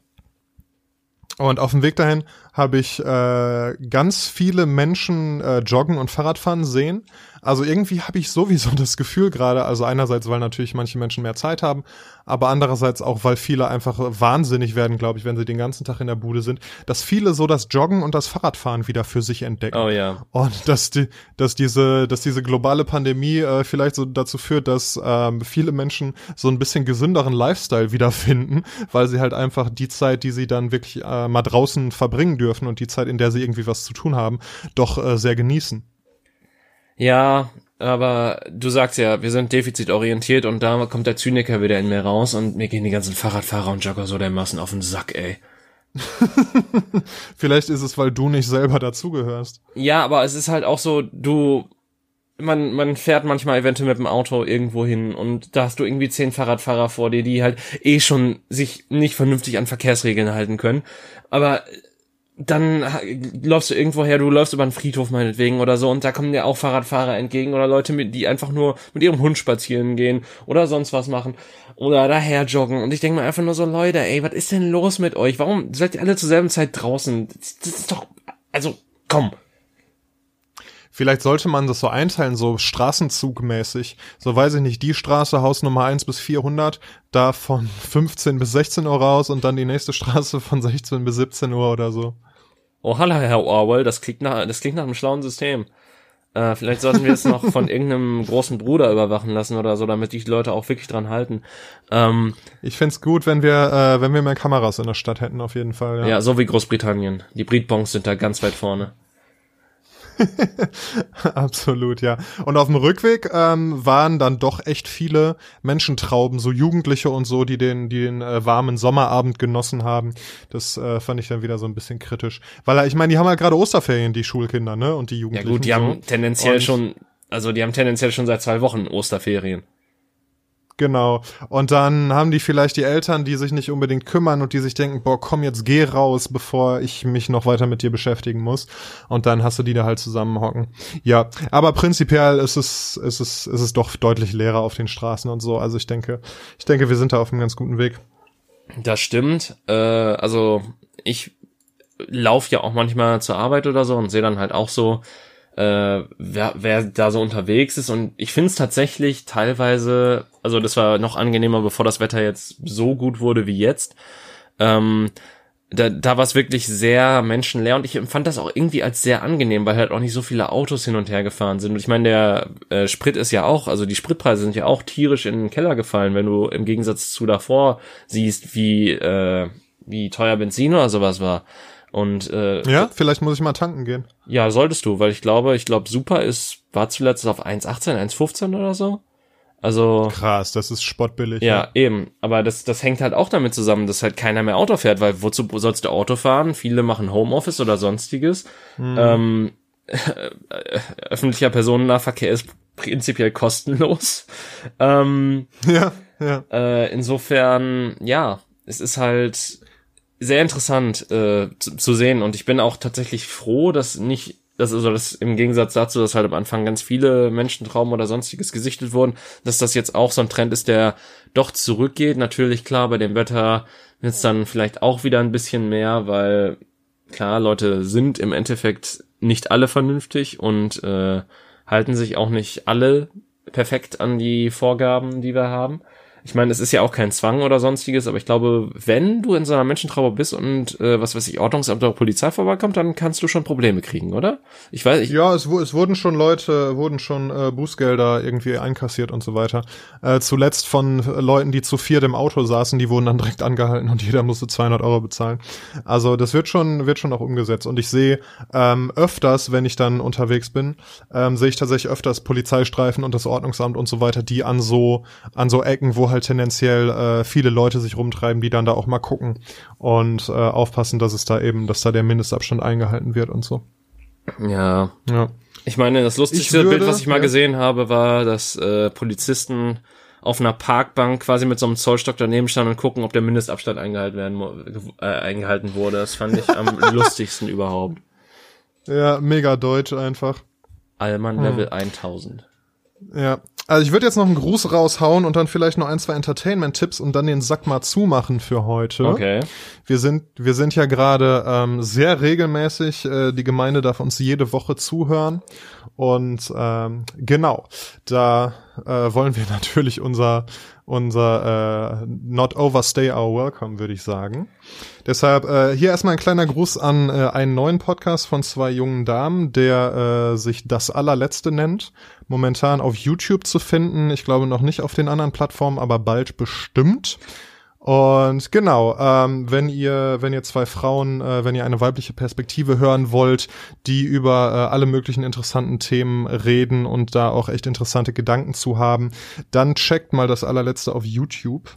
Und auf dem Weg dahin habe ich äh, ganz viele Menschen äh, joggen und Fahrradfahren sehen. Also irgendwie habe ich sowieso das Gefühl gerade, also einerseits, weil natürlich manche Menschen mehr Zeit haben, aber andererseits auch, weil viele einfach wahnsinnig werden, glaube ich, wenn sie den ganzen Tag in der Bude sind, dass viele so das Joggen und das Fahrradfahren wieder für sich entdecken. Oh ja. Und dass die, dass diese, dass diese globale Pandemie äh, vielleicht so dazu führt, dass ähm, viele Menschen so ein bisschen gesünderen Lifestyle wiederfinden, weil sie halt einfach die Zeit, die sie dann wirklich äh, mal draußen verbringen dürfen und die Zeit, in der sie irgendwie was zu tun haben, doch äh, sehr genießen. Ja, aber du sagst ja, wir sind defizitorientiert und da kommt der Zyniker wieder in mir raus und mir gehen die ganzen Fahrradfahrer und Jogger so dermaßen auf den Sack, ey. Vielleicht ist es, weil du nicht selber dazugehörst. Ja, aber es ist halt auch so, du, man, man fährt manchmal eventuell mit dem Auto irgendwo hin und da hast du irgendwie zehn Fahrradfahrer vor dir, die halt eh schon sich nicht vernünftig an Verkehrsregeln halten können, aber dann läufst du irgendwo her, du läufst über einen Friedhof meinetwegen oder so und da kommen dir auch Fahrradfahrer entgegen oder Leute, die einfach nur mit ihrem Hund spazieren gehen oder sonst was machen oder daher joggen und ich denke mir einfach nur so, Leute, ey, was ist denn los mit euch? Warum seid ihr alle zur selben Zeit draußen? Das, das ist doch, also, komm. Vielleicht sollte man das so einteilen, so straßenzugmäßig. So weiß ich nicht, die Straße, Haus Nummer eins bis vierhundert, da von fünfzehn bis sechzehn Uhr raus und dann die nächste Straße von sechzehn bis siebzehn Uhr oder so. Oh, hallo, Herr Orwell, das klingt nach, das klingt nach einem schlauen System. Äh, vielleicht sollten wir es noch von irgendeinem großen Bruder überwachen lassen oder so, damit die Leute auch wirklich dran halten. Ähm, ich find's gut, wenn wir, äh, wenn wir mehr Kameras in der Stadt hätten, auf jeden Fall. Ja, ja so wie Großbritannien. Die Britbonks sind da ganz weit vorne. Absolut, ja. Und auf dem Rückweg ähm, waren dann doch echt viele Menschentrauben, so Jugendliche und so, die den, die den äh, warmen Sommerabend genossen haben. Das äh, fand ich dann wieder so ein bisschen kritisch. Weil, ich meine, die haben halt gerade Osterferien, die Schulkinder, ne? Und die Jugendlichen. Ja gut, die haben so. tendenziell und schon, also die haben tendenziell schon seit zwei Wochen Osterferien. Genau. Und dann haben die vielleicht die Eltern, die sich nicht unbedingt kümmern und die sich denken, boah, komm, jetzt geh raus, bevor ich mich noch weiter mit dir beschäftigen muss. Und dann hast du die da halt zusammenhocken. Ja, aber prinzipiell ist es, ist es, ist es doch deutlich leerer auf den Straßen und so. Also ich denke, ich denke, wir sind da auf einem ganz guten Weg. Das stimmt. Äh, also ich laufe ja auch manchmal zur Arbeit oder so und sehe dann halt auch so, äh, wer, wer da so unterwegs ist, und ich finde es tatsächlich teilweise, also das war noch angenehmer, bevor das Wetter jetzt so gut wurde wie jetzt, ähm, da, da war es wirklich sehr menschenleer, und ich empfand das auch irgendwie als sehr angenehm, weil halt auch nicht so viele Autos hin und her gefahren sind. Und ich meine, der äh, Sprit ist ja auch, also die Spritpreise sind ja auch tierisch in den Keller gefallen, wenn du im Gegensatz zu davor siehst, wie äh, wie teuer Benzin oder sowas war. Und äh, ja, vielleicht muss ich mal tanken gehen. Ja, solltest du, weil ich glaube, ich glaube, Super ist, war zuletzt auf eins achtzehn, eins fünfzehn oder so. Also. Krass, das ist spottbillig. Ja, ja. eben. Aber das, das hängt halt auch damit zusammen, dass halt keiner mehr Auto fährt, weil wozu sollst du Auto fahren? Viele machen Homeoffice oder sonstiges. Hm. Ähm, öffentlicher Personennahverkehr ist prinzipiell kostenlos. Ähm, ja, ja. Äh, insofern, ja, es ist halt sehr interessant äh, zu, zu sehen, und ich bin auch tatsächlich froh, dass nicht, dass also das im Gegensatz dazu, dass halt am Anfang ganz viele Menschentrauben oder sonstiges gesichtet wurden, dass das jetzt auch so ein Trend ist, der doch zurückgeht. Natürlich, klar, bei dem Wetter wird es dann vielleicht auch wieder ein bisschen mehr, weil klar, Leute sind im Endeffekt nicht alle vernünftig und äh, halten sich auch nicht alle perfekt an die Vorgaben, die wir haben. Ich meine, es ist ja auch kein Zwang oder sonstiges, aber ich glaube, wenn du in so einer Menschentraube bist und, äh, was weiß ich, Ordnungsamt oder Polizei vorbeikommt, dann kannst du schon Probleme kriegen, oder? Ich weiß nicht. Ja, es, es wurden schon Leute, wurden schon äh, Bußgelder irgendwie einkassiert und so weiter. Äh, zuletzt von Leuten, die zu viert im Auto saßen, die wurden dann direkt angehalten und jeder musste zweihundert Euro bezahlen. Also das wird schon, wird schon auch umgesetzt. Und ich sehe ähm, öfters, wenn ich dann unterwegs bin, ähm, sehe ich tatsächlich öfters Polizeistreifen und das Ordnungsamt und so weiter, die an so, an so Ecken, wo halt tendenziell äh, viele Leute sich rumtreiben, die dann da auch mal gucken und äh, aufpassen, dass es da eben, dass da der Mindestabstand eingehalten wird und so. Ja. Ja. Ich meine, das lustigste würde, Bild, was ich mal ja. gesehen habe, war, dass äh, Polizisten auf einer Parkbank quasi mit so einem Zollstock daneben standen und gucken, ob der Mindestabstand eingehalten werden äh, eingehalten wurde. Das fand ich am lustigsten überhaupt. Ja, mega deutsch einfach. Allmann Level hm. tausend. Ja, also ich würde jetzt noch einen Gruß raushauen und dann vielleicht noch ein, zwei Entertainment-Tipps und dann den Sack mal zumachen für heute. Okay. Wir sind, wir sind ja gerade ähm, sehr regelmäßig, äh, die Gemeinde darf uns jede Woche zuhören und ähm, genau, da äh, wollen wir natürlich unser unser äh, Not Overstay Our Welcome, würde ich sagen. Deshalb äh, hier erstmal ein kleiner Gruß an äh, einen neuen Podcast von zwei jungen Damen, der äh, sich Das Allerletzte nennt. Momentan auf YouTube zu finden. Ich glaube noch nicht auf den anderen Plattformen, aber bald bestimmt. Und genau, ähm, wenn ihr, wenn ihr zwei Frauen, äh, wenn ihr eine weibliche Perspektive hören wollt, die über äh, alle möglichen interessanten Themen reden und da auch echt interessante Gedanken zu haben, dann checkt mal Das Allerletzte auf YouTube.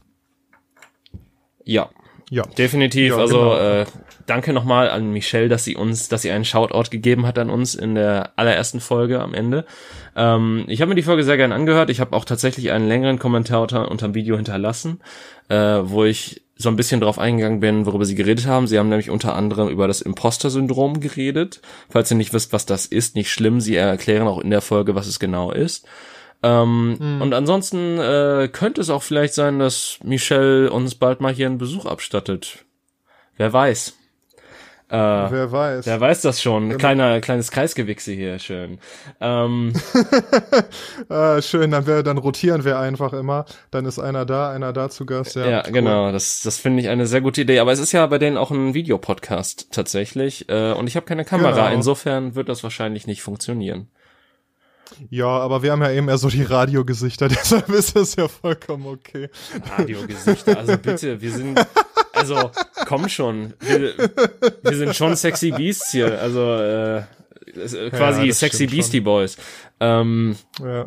Ja. Ja. Definitiv, ja, also genau. äh, danke nochmal an Michelle, dass sie uns, dass sie einen Shoutout gegeben hat an uns in der allerersten Folge am Ende. Ähm, ich habe mir die Folge sehr gern angehört. Ich habe auch tatsächlich einen längeren Kommentar unter, unter dem Video hinterlassen, äh, wo ich so ein bisschen drauf eingegangen bin, worüber sie geredet haben. Sie haben nämlich unter anderem über das Imposter-Syndrom geredet. Falls ihr nicht wisst, was das ist, nicht schlimm. Sie erklären auch in der Folge, was es genau ist. Ähm, hm. Und ansonsten äh, könnte es auch vielleicht sein, dass Michelle uns bald mal hier einen Besuch abstattet. Wer weiß. Äh, wer weiß. Wer weiß das schon. Kleiner, kleines Kreisgewichse hier, schön. Ähm, ah, schön, dann, wär, dann rotieren wir einfach immer. Dann ist einer da, einer da zu Gast. Ja, ja cool. Genau. Das, das finde ich eine sehr gute Idee. Aber es ist ja bei denen auch ein Videopodcast tatsächlich. Äh, und ich habe keine Kamera. Genau. Insofern wird das wahrscheinlich nicht funktionieren. Ja, aber wir haben ja eben eher so die Radiogesichter, deshalb ist das ja vollkommen okay. Radiogesichter, also bitte, wir sind, also komm schon, wir, wir sind schon sexy Beasts hier, also äh, äh, quasi ja, Sexy Beastie schon. Boys. Ähm, ja.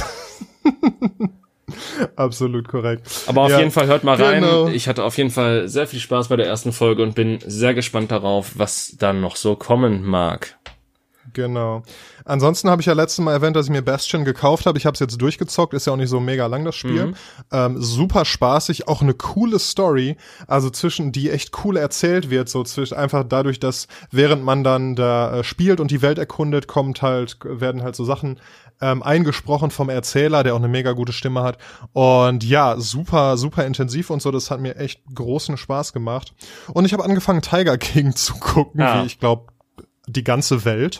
Absolut korrekt. Aber auf ja, jeden Fall hört mal rein. Genau. Ich hatte auf jeden Fall sehr viel Spaß bei der ersten Folge und bin sehr gespannt darauf, was dann noch so kommen mag. Genau. Ansonsten habe ich ja letztes Mal erwähnt, dass ich mir Bastion gekauft habe. Ich habe es jetzt durchgezockt, ist ja auch nicht so mega lang, das Spiel. Mhm. Ähm, super spaßig, auch eine coole Story, also zwischen, die echt cool erzählt wird, so zwischen, einfach dadurch, dass während man dann da äh, spielt und die Welt erkundet, kommt halt, werden halt so Sachen ähm, eingesprochen vom Erzähler, der auch eine mega gute Stimme hat. Und ja, super, super intensiv und so, das hat mir echt großen Spaß gemacht. Und ich habe angefangen, Tiger King zu gucken, ah. wie ich glaube, die ganze Welt.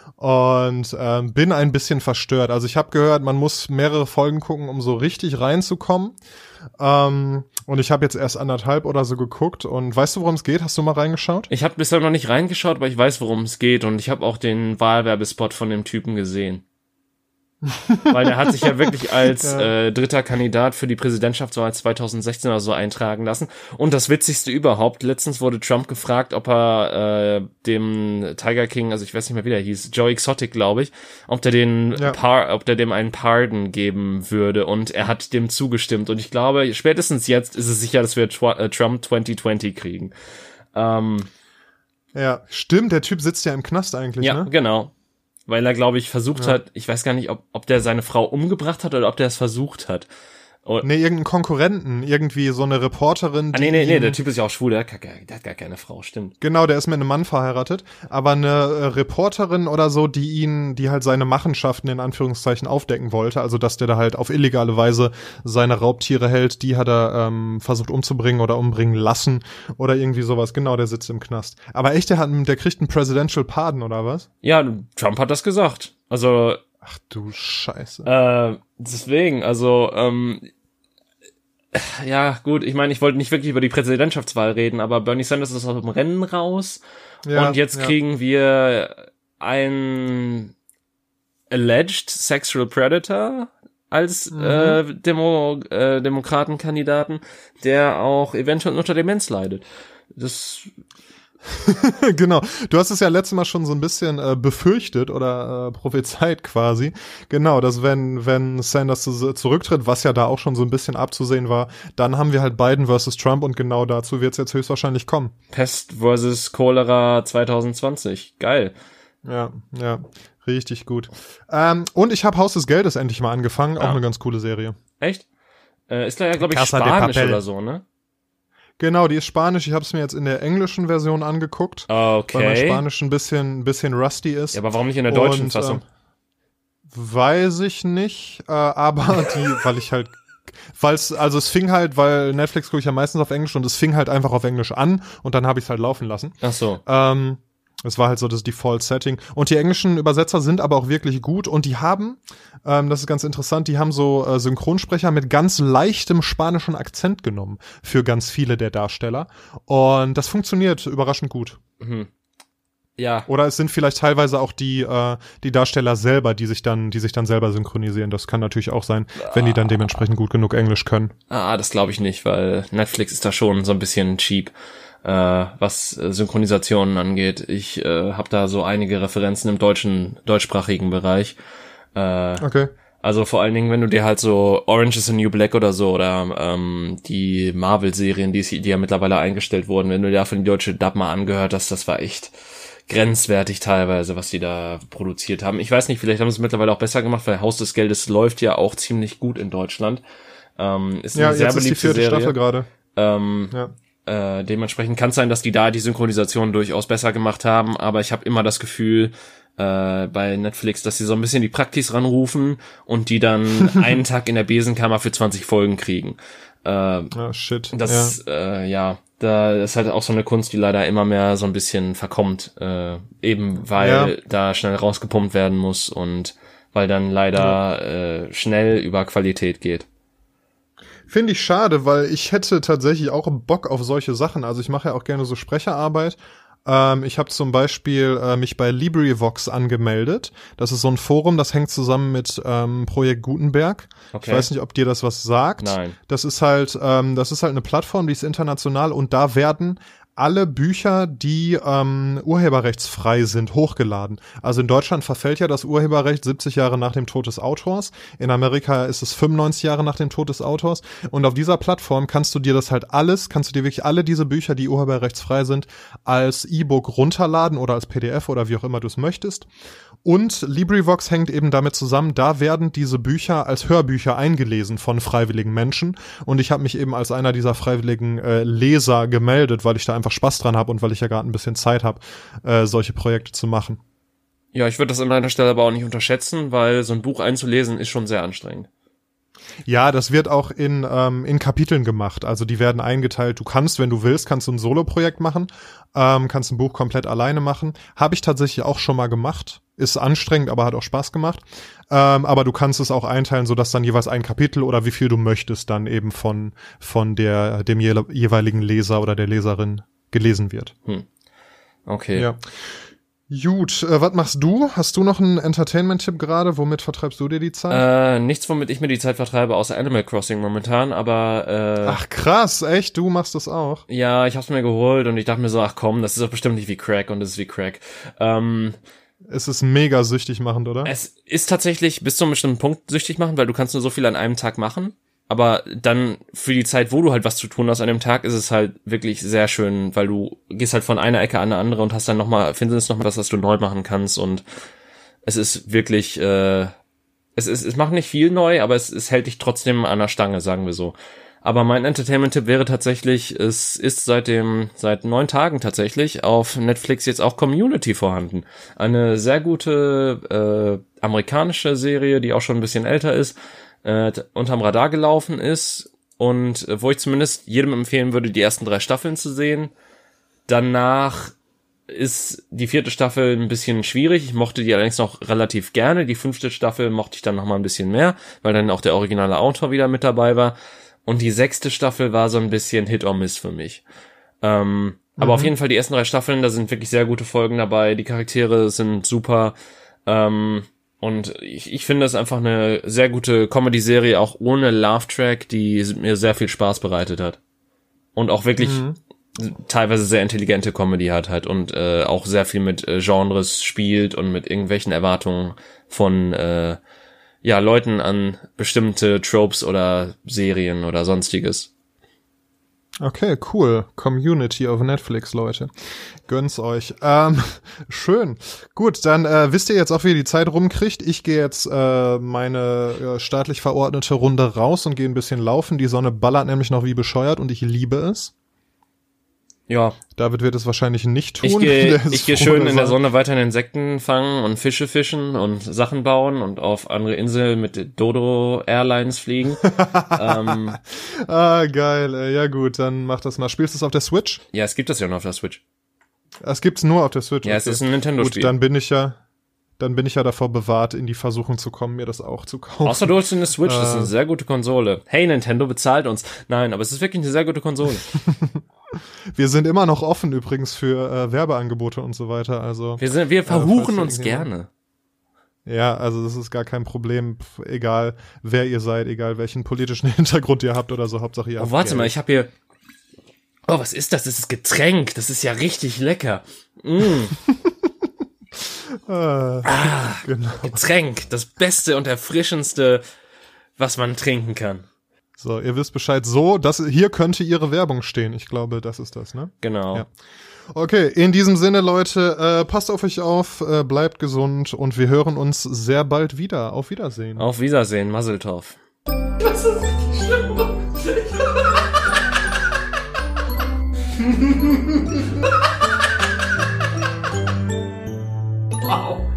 Und ähm, bin ein bisschen verstört. Also ich habe gehört, man muss mehrere Folgen gucken, um so richtig reinzukommen. Ähm, und ich habe jetzt erst anderthalb oder so geguckt. Und weißt du, worum es geht? Hast du mal reingeschaut? Ich habe bisher noch nicht reingeschaut, aber ich weiß, worum es geht. Und ich habe auch den Wahlwerbespot von dem Typen gesehen. Weil der hat sich ja wirklich als ja. äh, dritter Kandidat für die Präsidentschaftswahl zwanzig sechzehn oder so eintragen lassen. Und das Witzigste überhaupt, letztens wurde Trump gefragt, ob er äh, dem Tiger King, also ich weiß nicht mehr, wie der hieß, Joe Exotic, glaube ich, ob der den ja. Par- ob der dem einen Pardon geben würde. Und er hat dem zugestimmt. Und ich glaube, spätestens jetzt ist es sicher, dass wir Tw- äh, Trump zwanzig zwanzig kriegen. Ähm, ja, stimmt, der Typ sitzt ja im Knast eigentlich, ja, ne? Ja, genau. Weil er, glaube ich, versucht ja. hat, ich weiß gar nicht, ob, ob der seine Frau umgebracht hat oder ob der es versucht hat. Und nee, irgendeinen Konkurrenten, irgendwie so eine Reporterin. Ah, nee, nee, nee, der Typ ist ja auch schwul, der hat, gar, der hat gar keine Frau, stimmt. Genau, der ist mit einem Mann verheiratet, aber eine äh, Reporterin oder so, die ihn, die halt seine Machenschaften in Anführungszeichen aufdecken wollte, also dass der da halt auf illegale Weise seine Raubtiere hält, die hat er ähm, versucht umzubringen oder umbringen lassen oder irgendwie sowas. Genau, der sitzt im Knast. Aber echt, der hat, der kriegt einen Presidential Pardon oder was? Ja, Trump hat das gesagt. Also ach du Scheiße. Äh, deswegen, also ähm, ja, gut, ich meine, ich wollte nicht wirklich über die Präsidentschaftswahl reden, aber Bernie Sanders ist aus dem Rennen raus ja, und jetzt ja. kriegen wir einen alleged sexual predator als mhm. äh, Demo, äh, Demokratenkandidaten, der auch eventuell unter Demenz leidet. Das genau. Du hast es ja letztes Mal schon so ein bisschen äh, befürchtet oder äh, prophezeit quasi. Genau, dass wenn wenn Sanders zu, zurücktritt, was ja da auch schon so ein bisschen abzusehen war, dann haben wir halt Biden versus Trump und genau dazu wird es jetzt höchstwahrscheinlich kommen. Pest versus Cholera zwanzig zwanzig. Geil. Ja, ja. Richtig gut. Ähm, und ich habe Haus des Geldes endlich mal angefangen. Auch ja. eine ganz coole Serie. Echt? Äh, ist da ja, glaube ich, Casa Spanisch oder so, ne? Genau, die ist Spanisch. Ich habe es mir jetzt in der englischen Version angeguckt. Okay. Weil mein Spanisch ein bisschen, ein bisschen rusty ist. Ja, aber warum nicht in der deutschen und, Fassung? Äh, weiß ich nicht, äh, aber die, weil ich halt, weil es, also es fing halt, weil Netflix gucke ich ja meistens auf Englisch und es fing halt einfach auf Englisch an und dann habe ich es halt laufen lassen. Ach so. Ähm, es war halt so das Default-Setting. Und die englischen Übersetzer sind aber auch wirklich gut. Und die haben, ähm, das ist ganz interessant, die haben so äh, Synchronsprecher mit ganz leichtem spanischen Akzent genommen für ganz viele der Darsteller. Und das funktioniert überraschend gut. Mhm. Ja. Oder es sind vielleicht teilweise auch die äh, die Darsteller selber, die sich dann die sich dann selber synchronisieren. Das kann natürlich auch sein, ah. wenn die dann dementsprechend gut genug Englisch können. Ah, das glaube ich nicht, weil Netflix ist da schon so ein bisschen cheap. Äh, was äh, Synchronisationen angeht. Ich äh, habe da so einige Referenzen im deutschen, deutschsprachigen Bereich. Äh, okay. Also vor allen Dingen, wenn du dir halt so Orange is the New Black oder so oder ähm, die Marvel-Serien, die, die ja mittlerweile eingestellt wurden, wenn du dir davon die deutsche Dub mal angehört hast, das war echt grenzwertig teilweise, was die da produziert haben. Ich weiß nicht, vielleicht haben sie es mittlerweile auch besser gemacht, weil Haus des Geldes läuft ja auch ziemlich gut in Deutschland. Ähm, ist eine ja, sehr jetzt beliebte ist die vierte Serie. Staffel gerade. Ähm, ja. Äh, dementsprechend kann es sein, dass die da die Synchronisation durchaus besser gemacht haben, aber ich habe immer das Gefühl äh, bei Netflix, dass sie so ein bisschen die Praktis ranrufen und die dann einen Tag in der Besenkammer für zwanzig Folgen kriegen. Äh, oh, shit. Das, ja. Äh, ja, da ist halt auch so eine Kunst, die leider immer mehr so ein bisschen verkommt, äh, eben weil ja. da schnell rausgepumpt werden muss und weil dann leider ja. äh, schnell über Qualität geht. Finde ich schade, weil ich hätte tatsächlich auch Bock auf solche Sachen. Also ich mache ja auch gerne so Sprecherarbeit. Ähm, ich habe zum Beispiel äh, mich bei LibriVox angemeldet. Das ist so ein Forum, das hängt zusammen mit ähm, Projekt Gutenberg. Okay. Ich weiß nicht, ob dir das was sagt. Nein. Das ist halt, ähm, das ist halt eine Plattform, die ist international und da werden alle Bücher, die ähm, urheberrechtsfrei sind, hochgeladen. Also in Deutschland verfällt ja das Urheberrecht siebzig Jahre nach dem Tod des Autors. In Amerika ist es fünfundneunzig Jahre nach dem Tod des Autors. Und auf dieser Plattform kannst du dir das halt alles, kannst du dir wirklich alle diese Bücher, die urheberrechtsfrei sind, als E-Book runterladen oder als P D F oder wie auch immer du es möchtest. Und LibriVox hängt eben damit zusammen, da werden diese Bücher als Hörbücher eingelesen von freiwilligen Menschen. Und ich habe mich eben als einer dieser freiwilligen äh, Leser gemeldet, weil ich da einfach Spaß dran habe und weil ich ja gerade ein bisschen Zeit habe, äh, solche Projekte zu machen. Ja, ich würde das an meiner Stelle aber auch nicht unterschätzen, weil so ein Buch einzulesen ist schon sehr anstrengend. Ja, das wird auch in ähm, in Kapiteln gemacht. Also die werden eingeteilt. Du kannst, wenn du willst, kannst du ein Solo-Projekt machen, ähm, kannst ein Buch komplett alleine machen. Habe ich tatsächlich auch schon mal gemacht. Ist anstrengend, aber hat auch Spaß gemacht. Ähm, aber du kannst es auch einteilen, sodass dann jeweils ein Kapitel oder wie viel du möchtest dann eben von von der dem je- jeweiligen Leser oder der Leserin gelesen wird. Hm. Okay. Ja. Gut, äh, was machst du? Hast du noch einen Entertainment-Tipp gerade? Womit vertreibst du dir die Zeit? Äh, nichts, womit ich mir die Zeit vertreibe, außer Animal Crossing momentan, aber äh, Ach krass, echt? Du machst das auch? ja, ich hab's mir geholt und ich dachte mir so, ach komm, das ist doch bestimmt nicht wie Crack und das ist wie Crack. Ähm, Es ist mega süchtig machend, oder? es ist tatsächlich bis zu einem bestimmten Punkt süchtig machen, weil du kannst nur so viel an einem Tag machen. Aber dann für die Zeit, wo du halt was zu tun hast an dem Tag, ist es halt wirklich sehr schön, weil du gehst halt von einer Ecke an eine andere und hast dann nochmal, findest nochmal was, was du neu machen kannst und es ist wirklich, äh, es ist, es macht nicht viel neu, aber es, es hält dich trotzdem an der Stange, sagen wir so. Aber mein Entertainment-Tipp wäre tatsächlich, es ist seit dem, seit neun Tagen tatsächlich auf Netflix jetzt auch Community vorhanden. Eine sehr gute, äh, amerikanische Serie, die auch schon ein bisschen älter ist, Äh, unterm Radar gelaufen ist und äh, wo ich zumindest jedem empfehlen würde, die ersten drei Staffeln zu sehen. Danach ist die vierte Staffel ein bisschen schwierig. Ich mochte die allerdings noch relativ gerne. Die fünfte Staffel mochte ich dann noch mal ein bisschen mehr, weil dann auch der originale Autor wieder mit dabei war. Und die sechste Staffel war so ein bisschen Hit or Miss für mich. Ähm, mhm. Aber auf jeden Fall die ersten drei Staffeln, da sind wirklich sehr gute Folgen dabei. Die Charaktere sind super. Ähm, Und ich, ich finde es einfach eine sehr gute Comedy-Serie, auch ohne Love-Track, die mir sehr viel Spaß bereitet hat. Und auch wirklich mhm. teilweise sehr intelligente Comedy hat halt und äh, auch sehr viel mit äh, Genres spielt und mit irgendwelchen Erwartungen von äh, ja Leuten an bestimmte Tropes oder Serien oder sonstiges. Okay, cool. Community auf Netflix, Leute. Gönn's euch. Ähm, schön. Gut, dann äh, wisst ihr jetzt auch, wie ihr die Zeit rumkriegt. Ich gehe jetzt äh, meine äh, staatlich verordnete Runde raus und gehe ein bisschen laufen. Die Sonne ballert nämlich noch wie bescheuert und ich liebe es. Ja. David wird es wahrscheinlich nicht tun. Ich gehe ich geh schön in der Sonne weiterhin Insekten fangen und Fische fischen und Sachen bauen und auf andere Inseln mit Dodo Airlines fliegen. ähm, ah, geil. Äh, ja gut, dann mach das mal. Spielst du es auf der Switch? Ja, es gibt das ja nur auf der Switch. Es gibt's nur auf der Switch. Ja, okay. Es ist ein Nintendo-Spiel. Gut, dann bin ich ja, dann bin ich ja davor bewahrt, in die Versuchung zu kommen, mir das auch zu kaufen. Außer du holst eine Switch, das ist eine sehr gute Konsole. Hey, Nintendo bezahlt uns. Nein, aber es ist wirklich eine sehr gute Konsole. Wir sind immer noch offen übrigens für äh, Werbeangebote und so weiter. Also wir sind, wir verhuchen äh, uns gerne. Ja, also das ist gar kein Problem. Pff, egal wer ihr seid, egal welchen politischen Hintergrund ihr habt oder so, Hauptsache ihr oh, habt. Oh, warte Geld. mal, ich habe hier. Oh, was ist das? Das ist Getränk. Das ist ja richtig lecker. Mm. ah, ah, genau. Getränk, das Beste und Erfrischendste, was man trinken kann. So, ihr wisst Bescheid. So, das hier könnte ihre Werbung stehen. Ich glaube, das ist das, ne? Genau. Ja. Okay, in diesem Sinne, Leute, äh, passt auf euch auf, äh, bleibt gesund und wir hören uns sehr bald wieder. Auf Wiedersehen. Auf Wiedersehen, Mazel Tov. Das ist richtig schlimm. Wow.